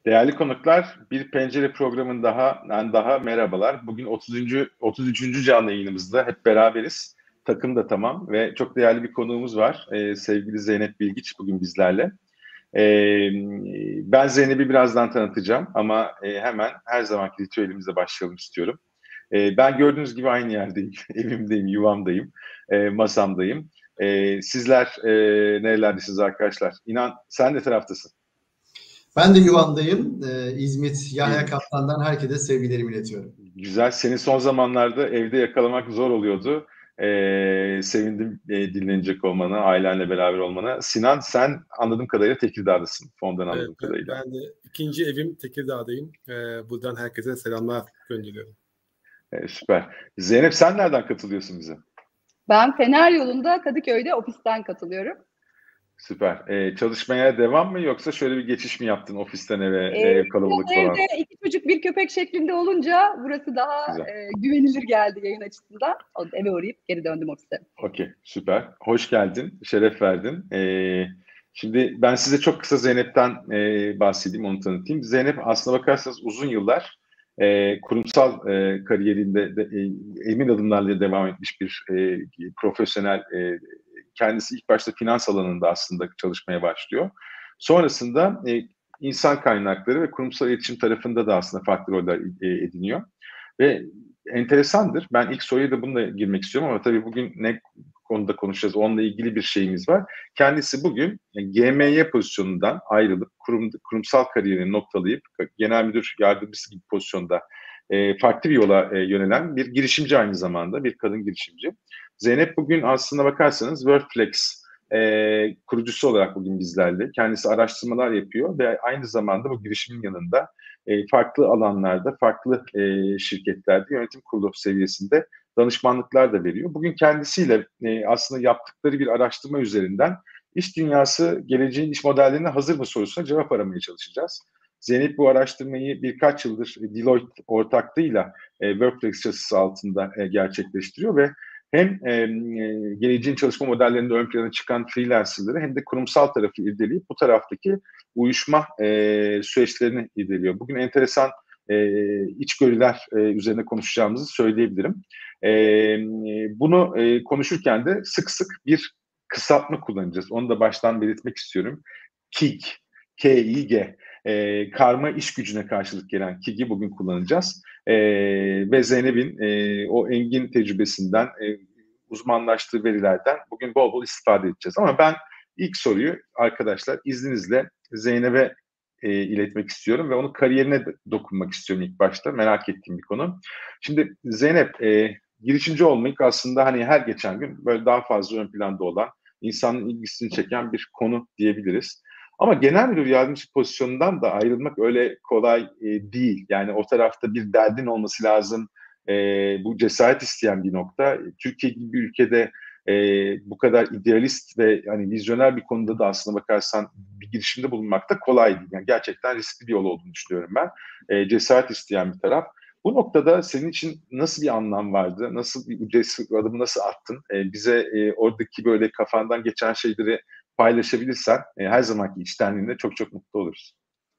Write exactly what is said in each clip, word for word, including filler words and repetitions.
Değerli konuklar, bir pencere programın daha yani daha merhabalar. Bugün otuzuncu otuz üçüncü canlı yayınımızda hep beraberiz. Takım da tamam ve çok değerli bir konuğumuz var. Ee, sevgili Zeynep Bilgiç bugün bizlerle. Ee, Ben Zeynep'i birazdan tanıtacağım ama e, hemen her zamanki ritüelimizle başlayalım istiyorum. Ee, ben gördüğünüz gibi aynı yerdeyim, evimdeyim, yuvamdayım, e, masamdayım. Ee, sizler e, nerelerdesiniz arkadaşlar? İnan sen de taraftasın. Ben de yuvamdayım. Ee, İzmit Yahya İzmit. Kaptan'dan herkese sevgilerimi iletiyorum. Güzel. Seni son zamanlarda evde yakalamak zor oluyordu. Ee, sevindim e, dinlenecek olmana, ailenle beraber olmana. Sinan, sen anladığım kadarıyla Tekirdağ'dasın. Fondan Evet, anladığım kadarıyla. ben de ikinci evim Tekirdağ'dayım. Ee, buradan herkese selamlar gönderiyorum. Ee, süper. Zeynep, sen nereden katılıyorsun bize? Ben Fener Yolu'nda Kadıköy'de ofisten katılıyorum. Süper. Ee, çalışmaya devam mı yoksa şöyle bir geçiş mi yaptın ofisten eve, Ee, ev kalabalık falan? Evde iki çocuk bir köpek şeklinde olunca burası daha e, güvenilir geldi yayın açısından. Eve uğrayıp geri döndüm ofise. Okey, süper. Hoş geldin, şeref verdin. Ee, şimdi ben size çok kısa Zeynep'ten e, bahsedeyim, onu tanıtayım. Zeynep aslına bakarsanız uzun yıllar e, kurumsal e, kariyerinde de, e, emin adımlarla devam etmiş bir e, profesyonel. E, kendisi ilk başta finans alanında aslında çalışmaya başlıyor. Sonrasında e, insan kaynakları ve kurumsal iletişim tarafında da aslında farklı roller e, ediniyor. Ve enteresandır. Ben ilk soruya da bununla girmek istiyorum ama tabii bugün ne konuda konuşacağız, onunla ilgili bir şeyimiz var. Kendisi bugün G M Y pozisyonundan ayrılıp kurum, kurumsal kariyerini noktalayıp genel müdür yardımcısı gibi pozisyonda e, farklı bir yola e, yönelen bir girişimci, aynı zamanda bir kadın girişimci. Zeynep bugün aslına bakarsanız Workflex e, kurucusu olarak bugün bizlerle. Kendisi araştırmalar yapıyor ve aynı zamanda bu girişimin yanında e, farklı alanlarda, farklı e, şirketlerde yönetim kurulu seviyesinde danışmanlıklar da veriyor. Bugün kendisiyle e, aslında yaptıkları bir araştırma üzerinden iş dünyası geleceğin iş modellerine hazır mı sorusuna cevap aramaya çalışacağız. Zeynep bu araştırmayı birkaç yıldır Deloitte ortaklığıyla e, Workflex çatısı altında e, gerçekleştiriyor ve hem e, geleceğin çalışma modellerinde ön plana çıkan freelancerları hem de kurumsal tarafı irdeleyip bu taraftaki uyuşma e, süreçlerini irdeliyor. Bugün enteresan e, içgörüler e, üzerine konuşacağımızı söyleyebilirim. E, bunu e, konuşurken de sık sık bir kısaltma kullanacağız. Onu da baştan belirtmek istiyorum. K I G, K I G. E, karma iş gücüne karşılık gelen K I G'i bugün kullanacağız. E, ve Zeynep'in e, o engin tecrübesinden, e, uzmanlaştığı verilerden bugün bol bol istifade edeceğiz. Ama ben ilk soruyu arkadaşlar izninizle Zeynep'e e, iletmek istiyorum ve onun kariyerine dokunmak istiyorum ilk başta. Merak ettiğim bir konu. Şimdi Zeynep, e, girişimci olmak aslında hani her geçen gün böyle daha fazla ön planda olan, insanın ilgisini çeken bir konu diyebiliriz. Ama genel müdür yardımcısı pozisyonundan da ayrılmak öyle kolay e, değil. Yani o tarafta bir derdin olması lazım. E, bu cesaret isteyen bir nokta. Türkiye gibi bir ülkede e, bu kadar idealist ve hani vizyoner bir konuda da aslına bakarsan bir girişimde bulunmak da kolay değil. Yani gerçekten riskli bir yol olduğunu düşünüyorum ben. E, cesaret isteyen bir taraf. Bu noktada senin için nasıl bir anlam vardı? Nasıl bir cesur adımı nasıl attın? E, bize e, oradaki böyle kafandan geçen şeyleri paylaşabilirsen e, her zamanki içtenliğinde çok çok mutlu oluruz.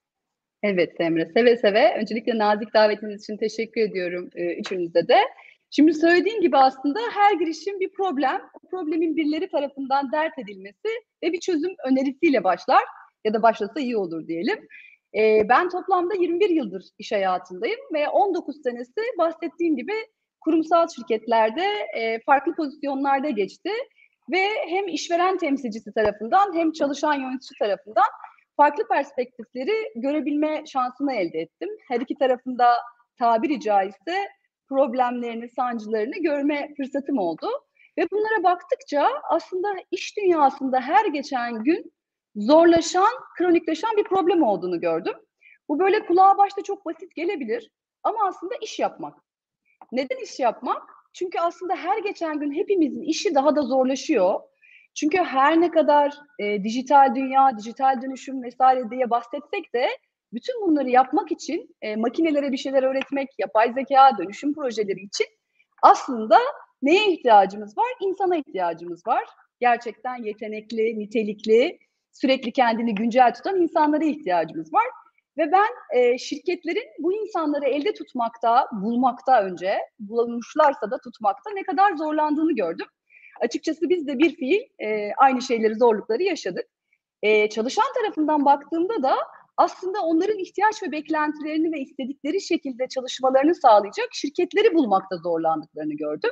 Evet Emre, seve seve. Öncelikle nazik davetiniz için teşekkür ediyorum e, üçünüzde de. Şimdi söylediğim gibi aslında her girişim bir problem. O problemin birileri tarafından dert edilmesi ve bir çözüm önerisiyle başlar ya da başlasa iyi olur diyelim. E, ben toplamda yirmi bir yıldır iş hayatındayım ve on dokuz senesi bahsettiğim gibi kurumsal şirketlerde e, farklı pozisyonlarda geçti. Ve hem işveren temsilcisi tarafından hem çalışan yönetici tarafından farklı perspektifleri görebilme şansını elde ettim. Her iki tarafında tabiri caizse problemlerini, sancılarını görme fırsatım oldu. Ve bunlara baktıkça aslında iş dünyasında her geçen gün zorlaşan, kronikleşen bir problem olduğunu gördüm. Bu böyle kulağa başta çok basit gelebilir ama aslında iş yapmak. Neden iş yapmak? Çünkü aslında her geçen gün hepimizin işi daha da zorlaşıyor. Çünkü her ne kadar e, dijital dünya, dijital dönüşüm vesaire diye bahsetsek de bütün bunları yapmak için e, makinelere bir şeyler öğretmek, yapay zeka, dönüşüm projeleri için aslında neye ihtiyacımız var? İnsana ihtiyacımız var. Gerçekten yetenekli, nitelikli, sürekli kendini güncel tutan insanlara ihtiyacımız var. Ve ben e, şirketlerin bu insanları elde tutmakta, bulmakta önce, bulmuşlarsa da tutmakta ne kadar zorlandığını gördüm. Açıkçası biz de bir fiil e, aynı şeyleri, zorlukları yaşadık. E, çalışan tarafından baktığımda da aslında onların ihtiyaç ve beklentilerini ve istedikleri şekilde çalışmalarını sağlayacak şirketleri bulmakta zorlandıklarını gördüm.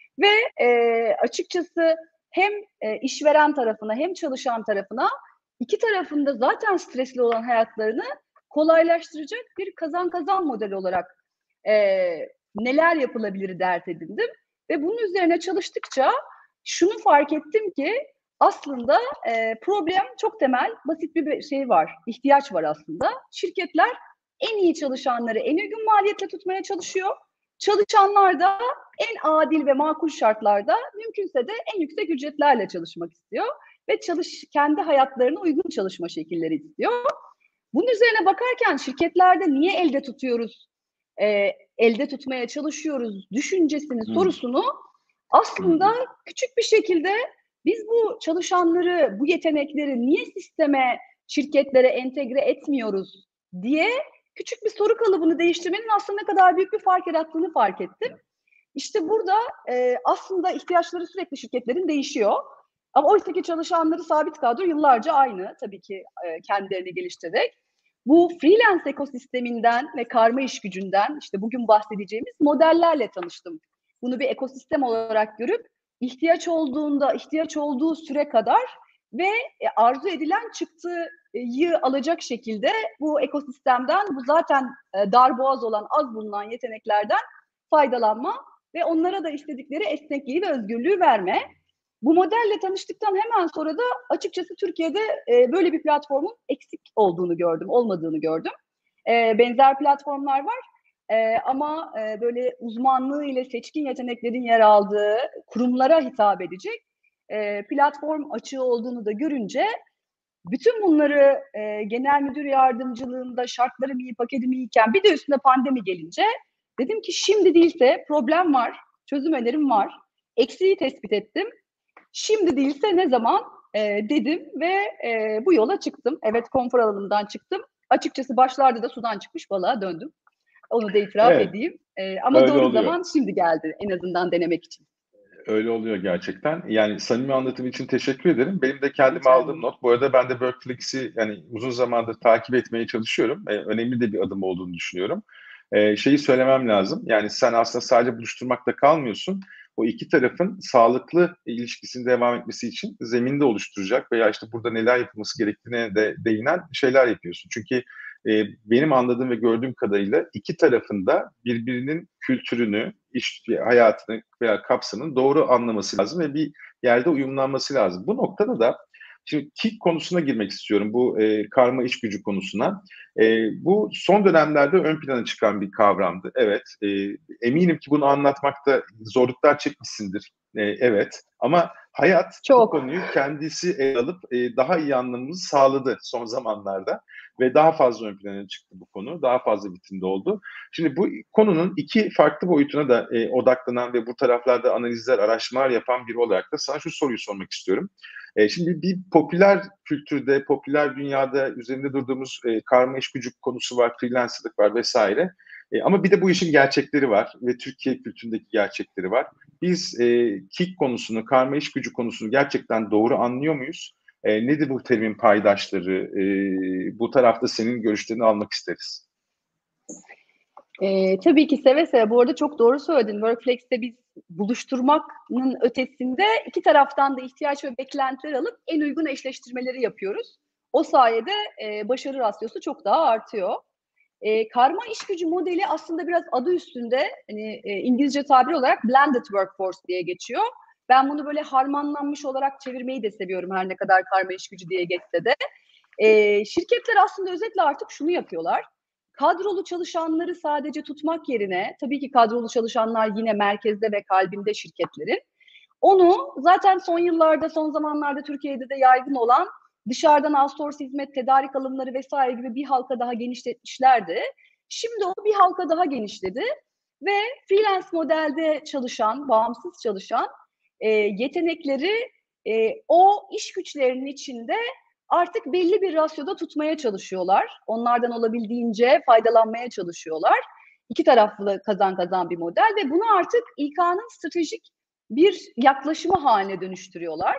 Ve e, açıkçası hem e, işveren tarafına hem çalışan tarafına iki tarafında zaten stresli olan hayatlarını kolaylaştıracak bir kazan kazan modeli olarak e, neler yapılabilir dert edindim. Ve bunun üzerine çalıştıkça şunu fark ettim ki aslında e, problem çok temel, basit bir şey var, ihtiyaç var aslında. Şirketler en iyi çalışanları en uygun maliyetle tutmaya çalışıyor. Çalışanlar da en adil ve makul şartlarda, mümkünse de en yüksek ücretlerle çalışmak istiyor ve çalış kendi hayatlarına uygun çalışma şekilleri istiyor. Bunun üzerine bakarken şirketlerde niye elde tutuyoruz, e, elde tutmaya çalışıyoruz düşüncesini, hmm. sorusunu aslında hmm. küçük bir şekilde biz bu çalışanları, bu yetenekleri niye sisteme, şirketlere entegre etmiyoruz diye küçük bir soru kalıbını değiştirmenin aslında ne kadar büyük bir fark yarattığını fark ettim. İşte burada e, aslında ihtiyaçları sürekli şirketlerin değişiyor. Ama oysa ki çalışanları sabit kadro yıllarca aynı, tabii ki e, kendilerini geliştirerek. Bu freelance ekosisteminden ve karma iş gücünden işte bugün bahsedeceğimiz modellerle tanıştım. Bunu bir ekosistem olarak görüp ihtiyaç olduğunda, ihtiyaç olduğu süre kadar ve e, arzu edilen çıktıyı alacak şekilde bu ekosistemden, bu zaten e, darboğaz olan, az bulunan yeteneklerden faydalanma ve onlara da istedikleri esnekliği ve özgürlüğü verme. Bu modelle tanıştıktan hemen sonra da açıkçası Türkiye'de e, böyle bir platformun eksik olduğunu gördüm, olmadığını gördüm. E, benzer platformlar var e, ama e, böyle uzmanlığı ile seçkin yeteneklerin yer aldığı kurumlara hitap edecek e, platform açığı olduğunu da görünce bütün bunları e, genel müdür yardımcılığında şartlarım iyi, paketim iyiyken bir de üstüne pandemi gelince dedim ki şimdi değilse problem var, çözüm önerim var, eksiği tespit ettim. Şimdi değilse ne zaman e, dedim ve e, bu yola çıktım. Evet, konfor alanımdan çıktım. Açıkçası başlarda da sudan çıkmış balığa döndüm. Onu da itiraf evet. edeyim. E, ama Öyle doğru oluyor. Zaman şimdi geldi en azından denemek için. Öyle oluyor gerçekten. Yani samimi anlatım için teşekkür ederim. Benim de kendime aldığım not. Bu arada ben de Workflex'i yani uzun zamandır takip etmeye çalışıyorum. Ee, önemli de bir adım olduğunu düşünüyorum. Ee, şeyi söylemem lazım. Yani sen aslında sadece buluşturmakta kalmıyorsun. O iki tarafın sağlıklı ilişkisinin devam etmesi için zemin de oluşturacak veya işte burada neler yapılması gerektiğine de değinen şeyler yapıyorsun. Çünkü e, benim anladığım ve gördüğüm kadarıyla iki tarafında birbirinin kültürünü, iş hayatını veya kapsamını doğru anlaması lazım ve bir yerde uyumlanması lazım. Bu noktada da şimdi kick konusuna girmek istiyorum, bu e, karma iş gücü konusuna. E, bu son dönemlerde ön plana çıkan bir kavramdı. Evet, e, eminim ki bunu anlatmakta zorluklar çekmişsindir. E, evet, ama hayat Çok. bu konuyu kendisi ele alıp e, daha iyi anlamamızı sağladı son zamanlarda. Ve daha fazla ön plana çıktı bu konu. Daha fazla vitrinde oldu. Şimdi bu konunun iki farklı boyutuna da e, odaklanan ve bu taraflarda analizler, araştırmalar yapan biri olarak da sana şu soruyu sormak istiyorum. E, şimdi bir popüler kültürde, popüler dünyada üzerinde durduğumuz e, karma iş gücü konusu var, freelancerlık var vesaire. E, ama bir de bu işin gerçekleri var ve Türkiye kültüründeki gerçekleri var. Biz e, kick konusunu, karma iş gücü konusunu gerçekten doğru anlıyor muyuz? E, nedir bu terimin paydaşları? E, bu tarafta senin görüşlerini almak isteriz. E, tabii ki seve seve. Bu arada çok doğru söyledin. Workflex'te biz buluşturmanın ötesinde iki taraftan da ihtiyaç ve beklentiler alıp en uygun eşleştirmeleri yapıyoruz. O sayede e, başarı rasyosu çok daha artıyor. E, karma iş gücü modeli aslında biraz adı üstünde, hani e, İngilizce tabir olarak blended workforce diye geçiyor. Ben bunu böyle harmanlanmış olarak çevirmeyi de seviyorum, her ne kadar karma iş gücü diye geçse de. E, şirketler aslında özetle artık şunu yapıyorlar. Kadrolu çalışanları sadece tutmak yerine, tabii ki kadrolu çalışanlar yine merkezde ve kalbinde şirketlerin, onu zaten son yıllarda, son zamanlarda Türkiye'de de yaygın olan dışarıdan outsource hizmet, tedarik alımları vesaire gibi bir halka daha genişletmişlerdi. Şimdi o bir halka daha genişledi ve freelance modelde çalışan, bağımsız çalışan e, yetenekleri e, o iş güçlerinin içinde artık belli bir rasyoda tutmaya çalışıyorlar. Onlardan olabildiğince faydalanmaya çalışıyorlar. İki taraflı kazan kazan bir model ve bunu artık İK'nın stratejik bir yaklaşımı haline dönüştürüyorlar.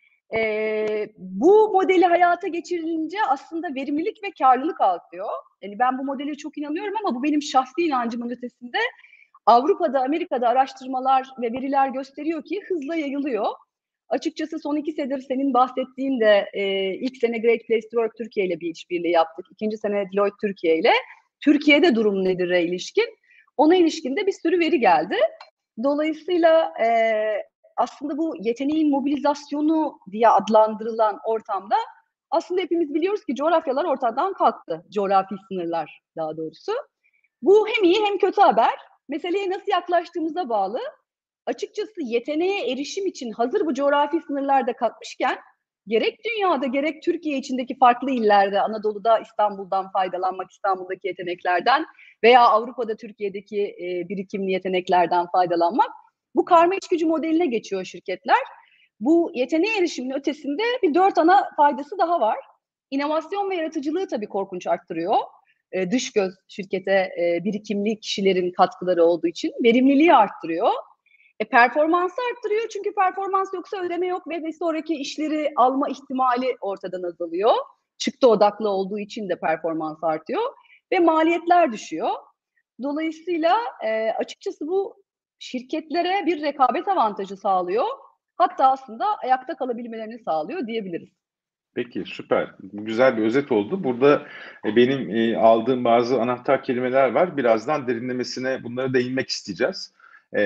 Ee, bu modeli hayata geçirilince aslında verimlilik ve karlılık artıyor. Yani ben bu modele çok inanıyorum ama bu benim şahsi inancımın ötesinde Avrupa'da, Amerika'da araştırmalar ve veriler gösteriyor ki hızla yayılıyor. Açıkçası son iki senedir senin bahsettiğin de e, ilk sene Great Place to Work Türkiye ile bir işbirliği yaptık. İkinci sene Deloitte Türkiye ile. Türkiye'de durum nedir'e ilişkin. Ona ilişkin de bir sürü veri geldi. Dolayısıyla e, aslında bu yeteneğin mobilizasyonu diye adlandırılan ortamda aslında hepimiz biliyoruz ki coğrafyalar ortadan kalktı. Coğrafi sınırlar daha doğrusu. Bu hem iyi hem kötü haber. Meseleye nasıl yaklaştığımıza bağlı. Açıkçası yeteneğe erişim için hazır bu coğrafi sınırlarda kalkmışken gerek dünyada gerek Türkiye içindeki farklı illerde, Anadolu'da İstanbul'dan faydalanmak, İstanbul'daki yeteneklerden veya Avrupa'da Türkiye'deki e, birikimli yeteneklerden faydalanmak, bu karma iş gücü modeline geçiyor şirketler. Bu yeteneğe erişimin ötesinde bir dört ana faydası daha var. İnovasyon ve yaratıcılığı tabii korkunç arttırıyor. E, dış göz şirkete e, birikimli kişilerin katkıları olduğu için verimliliği arttırıyor. E, performansı arttırıyor çünkü performans yoksa ödeme yok ve bir sonraki işleri alma ihtimali ortadan azalıyor. Çıktı odaklı olduğu için de performans artıyor ve maliyetler düşüyor. Dolayısıyla e, açıkçası bu şirketlere bir rekabet avantajı sağlıyor. Hatta aslında ayakta kalabilmelerini sağlıyor diyebiliriz. Peki, süper. Güzel bir özet oldu. Burada e, benim e, aldığım bazı anahtar kelimeler var. Birazdan derinlemesine bunlara değinmek isteyeceğiz. E,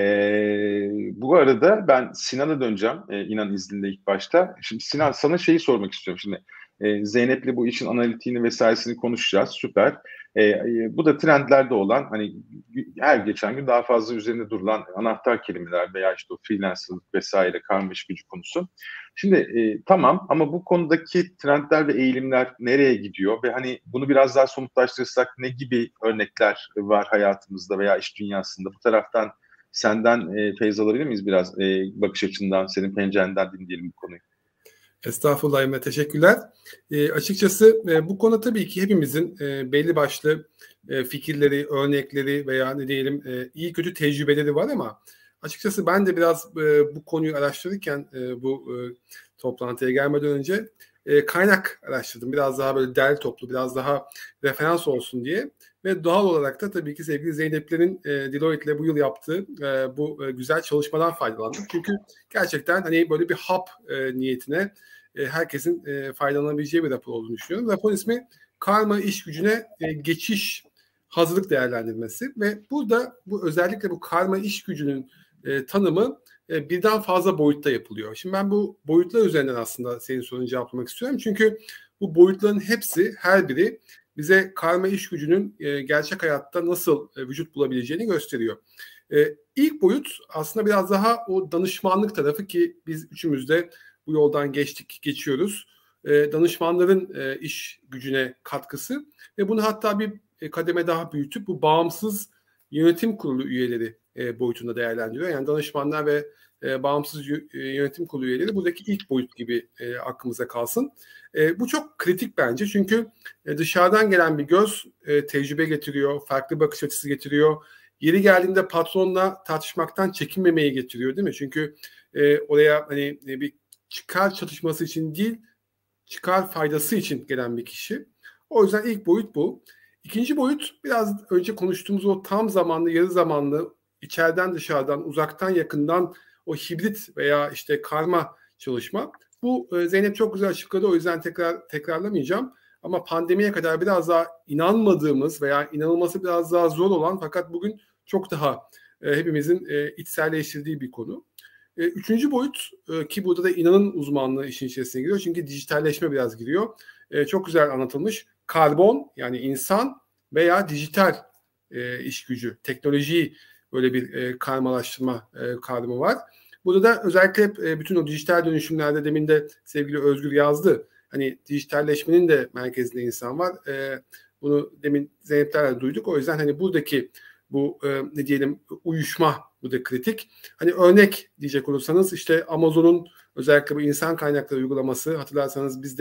bu arada ben Sinan'a döneceğim. E, İnan izninle ilk başta. Şimdi Sinan, sana şeyi sormak istiyorum. Şimdi e, Zeynep'le bu işin analitiğini vesairesini konuşacağız. Süper. E, e, bu da trendlerde olan, hani her geçen gün daha fazla üzerinde durulan anahtar kelimeler veya işte o freelancerlık vesaire, karma iş gücü konusu. Şimdi e, tamam, ama bu konudaki trendler ve eğilimler nereye gidiyor ve hani bunu biraz daha somutlaştırırsak ne gibi örnekler var hayatımızda veya iş dünyasında? Bu taraftan senden e, feyz alabilir miyiz biraz, e, bakış açından, senin pencerenden dinleyelim bu konuyu. Estağfurullah Emre, teşekkürler. E, açıkçası e, bu konu tabii ki hepimizin e, belli başlı e, fikirleri, örnekleri veya ne diyelim e, iyi kötü tecrübeleri var ama açıkçası ben de biraz e, bu konuyu araştırırken e, bu e, toplantıya gelmeden önce e, kaynak araştırdım. Biraz daha böyle derli toplu, biraz daha referans olsun diye. Ve doğal olarak da tabii ki sevgili Zeynep'lerin e, Deloitte ile bu yıl yaptığı e, bu e, güzel çalışmadan faydalandım. Çünkü gerçekten hani böyle bir hap e, niyetine e, herkesin e, faydalanabileceği bir rapor olduğunu düşünüyorum. Rapor ismi Karma İş Gücüne e, Geçiş Hazırlık Değerlendirmesi ve burada bu özellikle bu karma iş gücünün e, tanımı e, birden fazla boyutta yapılıyor. Şimdi ben bu boyutlar üzerinden aslında senin sorunu cevaplamak istiyorum. Çünkü bu boyutların hepsi, her biri bize karma iş gücünün e, gerçek hayatta nasıl e, vücut bulabileceğini gösteriyor. E, ilk boyut aslında biraz daha o danışmanlık tarafı ki biz üçümüz de bu yoldan geçtik, geçiyoruz. E, danışmanların e, iş gücüne katkısı ve bunu hatta bir e, kademe daha büyütüp bu bağımsız yönetim kurulu üyeleri e, boyutunda değerlendiriyor. Yani danışmanlar ve e, bağımsız y- e, yönetim kurulu üyeleri buradaki ilk boyut gibi e, aklımıza kalsın. E, bu çok kritik bence çünkü e, dışarıdan gelen bir göz e, tecrübe getiriyor, farklı bakış açısı getiriyor. Yeri geldiğinde patronla tartışmaktan çekinmemeyi getiriyor, değil mi? Çünkü e, oraya hani e, bir çıkar çatışması için değil, çıkar faydası için gelen bir kişi. O yüzden ilk boyut bu. İkinci boyut biraz önce konuştuğumuz o tam zamanlı, yarı zamanlı, içeriden dışarıdan, uzaktan yakından o hibrit veya işte karma çalışma. Bu e, Zeynep çok güzel açıkladı, o yüzden tekrar tekrarlamayacağım. Ama pandemiye kadar biraz daha inanmadığımız veya inanılması biraz daha zor olan fakat bugün çok daha e, hepimizin e, içselleştirdiği bir konu. E, üçüncü boyut e, ki burada da inanın uzmanlığı işin içerisine giriyor. Çünkü dijitalleşme biraz giriyor. E, çok güzel anlatılmış. Karbon yani insan veya dijital e, iş gücü, teknolojiyi böyle bir e, karmalaştırma e, kavramı var. Burada da özellikle e, bütün o dijital dönüşümlerde demin de sevgili Özgür yazdı. Hani dijitalleşmenin de merkezinde insan var. E, bunu demin Zeynep'lerle duyduk. O yüzden hani buradaki bu e, ne diyelim uyuşma bu da kritik. Hani örnek diyecek olursanız işte Amazon'un özellikle bu insan kaynakları uygulaması, hatırlarsanız biz de bu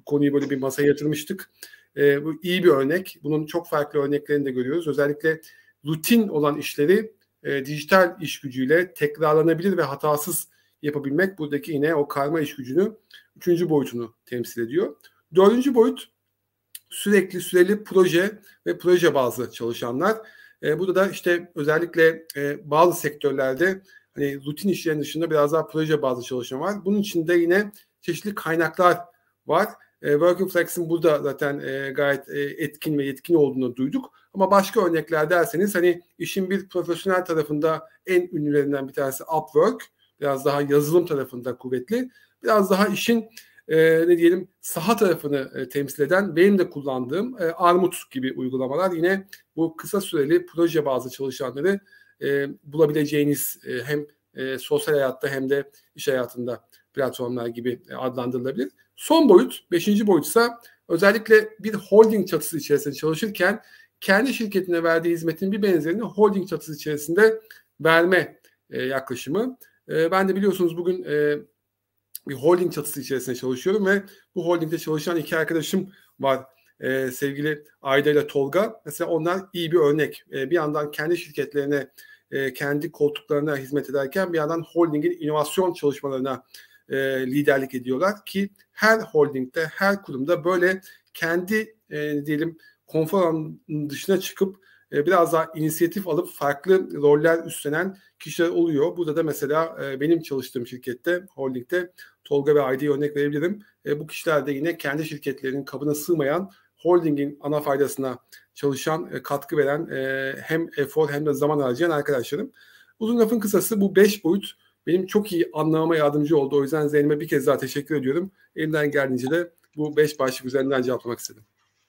konuyu böyle bir masaya yatırmıştık. E, bu iyi bir örnek. Bunun çok farklı örneklerini de görüyoruz. Özellikle rutin olan işleri e, dijital iş gücüyle tekrarlanabilir ve hatasız yapabilmek buradaki yine o karma iş gücünü üçüncü boyutunu temsil ediyor. Dördüncü boyut sürekli süreli proje ve proje bazlı çalışanlar. E, burada da işte özellikle e, bazı sektörlerde hani rutin işlerin dışında biraz daha proje bazlı çalışan var. Bunun içinde yine çeşitli kaynaklar var. E, Working Flex'in burada zaten e, gayet e, etkin ve yetkin olduğunu duyduk. Ama başka örnekler derseniz hani işin bir profesyonel tarafında en ünlülerinden bir tanesi Upwork. Biraz daha yazılım tarafında kuvvetli. Biraz daha işin e, ne diyelim saha tarafını e, temsil eden benim de kullandığım e, Armut gibi uygulamalar yine bu kısa süreli proje bazlı çalışanları e, bulabileceğiniz e, hem e, sosyal hayatta hem de iş hayatında platformlar gibi e, adlandırılabilir. Son boyut, beşinci boyutsa özellikle bir holding çatısı içerisinde çalışırken kendi şirketine verdiği hizmetin bir benzerini holding çatısı içerisinde verme e, yaklaşımı. E, ben de biliyorsunuz bugün e, bir holding çatısı içerisinde çalışıyorum ve bu holdingde çalışan iki arkadaşım var. Ee, sevgili Ayda ile Tolga. Mesela onlar iyi bir örnek. Ee, bir yandan kendi şirketlerine, e, kendi koltuklarına hizmet ederken bir yandan holdingin inovasyon çalışmalarına e, liderlik ediyorlar ki her holdingde, her kurumda böyle kendi e, diyelim konfor alanının dışına çıkıp e, biraz daha inisiyatif alıp farklı roller üstlenen kişiler oluyor. Burada da mesela e, benim çalıştığım şirkette, holdingde Tolga ve Ayda'yı örnek verebilirim. E, bu kişiler de yine kendi şirketlerinin kabına sığmayan holdingin ana faydasına çalışan, e, katkı veren e, hem efor hem de zaman harcayan arkadaşlarım. Uzun lafın kısası bu beş boyut benim çok iyi anlamama yardımcı oldu. O yüzden Zeynep'e bir kez daha teşekkür ediyorum. Elimden geldiğince de bu beş başlık üzerinden cevaplamak istedim.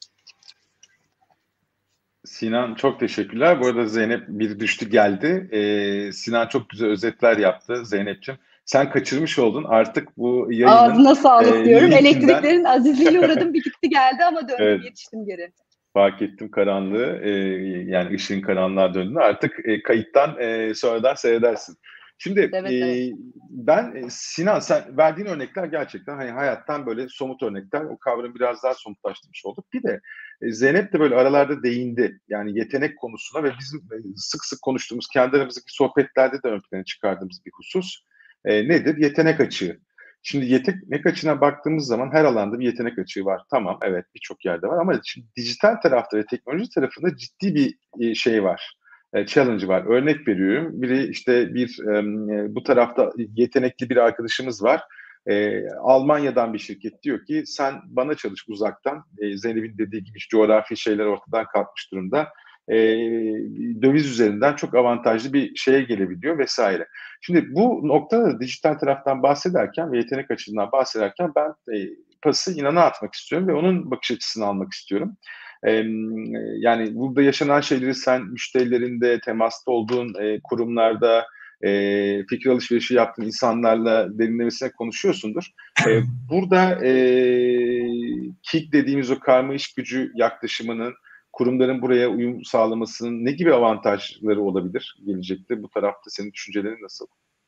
Sinan çok teşekkürler. Bu arada Zeynep bir düştü geldi. Ee, Sinan çok güzel özetler yaptı Zeynep'ciğim. Sen kaçırmış oldun artık bu yayının. Ağzına sağlık e, diyorum. linkinden... Elektriklerin azizliğine uğradım, bir gitti geldi ama döndüm, evet. Yetiştim geri. Fark ettim karanlığı. E, yani ışığın karanlığa döndüğünü. Artık e, kayıttan e, sonradan seyredersin. Şimdi evet, e, evet. ben e, Sinan sen verdiğin örnekler gerçekten hani hayattan böyle somut örnekler, o kavramı biraz daha somutlaştırmış olduk. Bir de e, Zeynep de böyle aralarda değindi. Yani yetenek konusuna ve bizim e, sık sık konuştuğumuz kendi aramızdaki sohbetlerde de ön plana çıkardığımız bir husus. E, nedir? Yetenek açığı. Şimdi yetenek açığına baktığımız zaman her alanda bir yetenek açığı var. Tamam, evet, birçok yerde var ama şimdi dijital tarafta ve teknoloji tarafında ciddi bir e, şey var. Challenge var. Örnek veriyorum. Biri işte bir e, bu tarafta yetenekli bir arkadaşımız var. E, Almanya'dan bir şirket diyor ki sen bana çalış uzaktan. E, Zeynep'in dediği gibi coğrafi şeyler ortadan kalkmış durumda. E, döviz üzerinden çok avantajlı bir şeye gelebiliyor vesaire. Şimdi bu noktada dijital taraftan bahsederken ve yetenek açısından bahsederken ben e, pası İnan'a atmak istiyorum ve onun bakış açısını almak istiyorum. Ee, yani burada yaşanan şeyleri sen müşterilerinde, temasta olduğun e, kurumlarda, e, fikir alışverişi yaptığın insanlarla derinlemesine konuşuyorsundur. E, burada e, kick dediğimiz o karma iş gücü yaklaşımının kurumların buraya uyum sağlamasının ne gibi avantajları olabilir gelecekte? Bu tarafta senin düşüncelerin nasıl?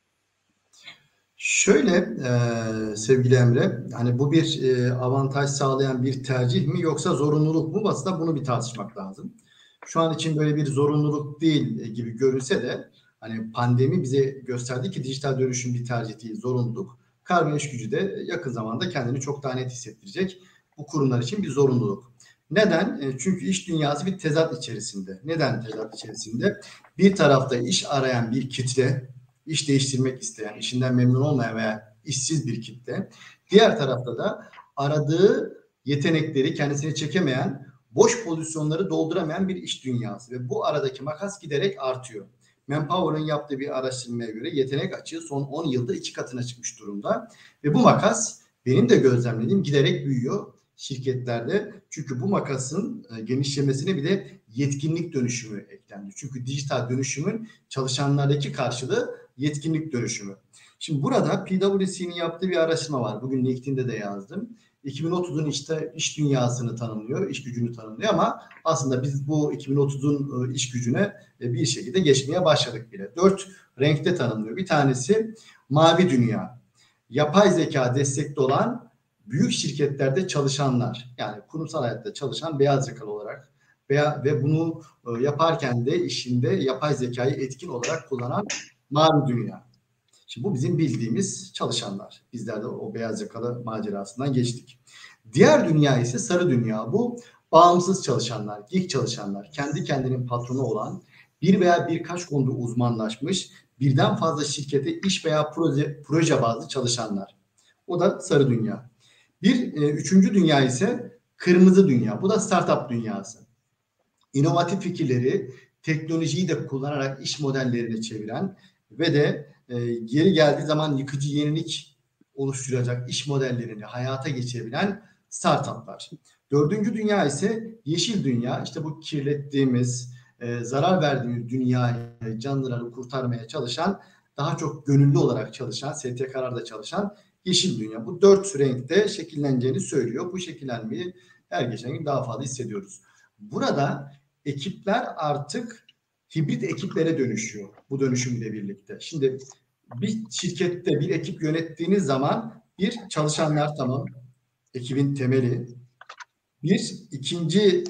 Şöyle e, sevgili Emre, hani bu bir e, avantaj sağlayan bir tercih mi yoksa zorunluluk mu? Aslında bunu bir tartışmak lazım. Şu an için böyle bir zorunluluk değil gibi görünse de hani pandemi bize gösterdi ki dijital dönüşüm bir tercih değil, zorunluluk. Karma iş gücü de yakın zamanda kendini çok daha net hissettirecek. Bu kurumlar için bir zorunluluk. Neden? E, çünkü iş dünyası bir tezat içerisinde. Neden tezat içerisinde? Bir tarafta iş arayan bir kitle, iş değiştirmek isteyen, işinden memnun olmayan veya işsiz bir kitle. Diğer tarafta da aradığı yetenekleri kendisine çekemeyen, boş pozisyonları dolduramayan bir iş dünyası. Ve bu aradaki makas giderek artıyor. Manpower'ın yaptığı bir araştırmaya göre yetenek açığı son on yılda iki katına çıkmış durumda. Ve bu makas benim de gözlemlediğim giderek büyüyor şirketlerde. Çünkü bu makasın genişlemesine bir de yetkinlik dönüşümü eklendi. Çünkü dijital dönüşümün çalışanlardaki karşılığı yetkinlik dönüşümü. Şimdi burada P W C'nin yaptığı bir araştırma var. Bugün LinkedIn'de de yazdım. iki bin otuzun işte iş dünyasını tanımlıyor, iş gücünü tanımlıyor ama aslında biz bu iki bin otuzun iş gücüne bir şekilde geçmeye başladık bile. Dört renkte tanımlıyor. Bir tanesi mavi dünya. Yapay zeka destekli olan büyük şirketlerde çalışanlar, yani kurumsal hayatta çalışan beyaz yakalı olarak veya ve bunu e, yaparken de işinde yapay zekayı etkin olarak kullanan mavi dünya. Şimdi bu bizim bildiğimiz çalışanlar. Bizler de o beyaz yakalı macerasından geçtik. Diğer dünya ise sarı dünya. Bu bağımsız çalışanlar, geek çalışanlar, kendi kendinin patronu olan, bir veya birkaç konuda uzmanlaşmış, birden fazla şirkete iş veya proje, proje bazlı çalışanlar. O da sarı dünya. Bir e, üçüncü dünya ise kırmızı dünya. Bu da startup dünyası. İnovatif fikirleri, teknolojiyi de kullanarak iş modellerini çeviren ve de e, geri geldiği zaman yıkıcı yenilik oluşturacak iş modellerini hayata geçirebilen startuplar. Dördüncü dünya ise yeşil dünya. İşte bu kirlettiğimiz, e, zarar verdiğimiz dünyayı, canlıları kurtarmaya çalışan, daha çok gönüllü olarak çalışan, S T K'larda çalışan yeşil dünya. Bu dört renkte şekilleneceğini söylüyor. Bu şekillenmeyi her geçen gün daha fazla hissediyoruz. Burada ekipler artık hibrit ekiplere dönüşüyor bu dönüşümle birlikte. Şimdi bir şirkette bir ekip yönettiğiniz zaman bir, çalışanlar tamam, ekibin temeli. Bir, ikinci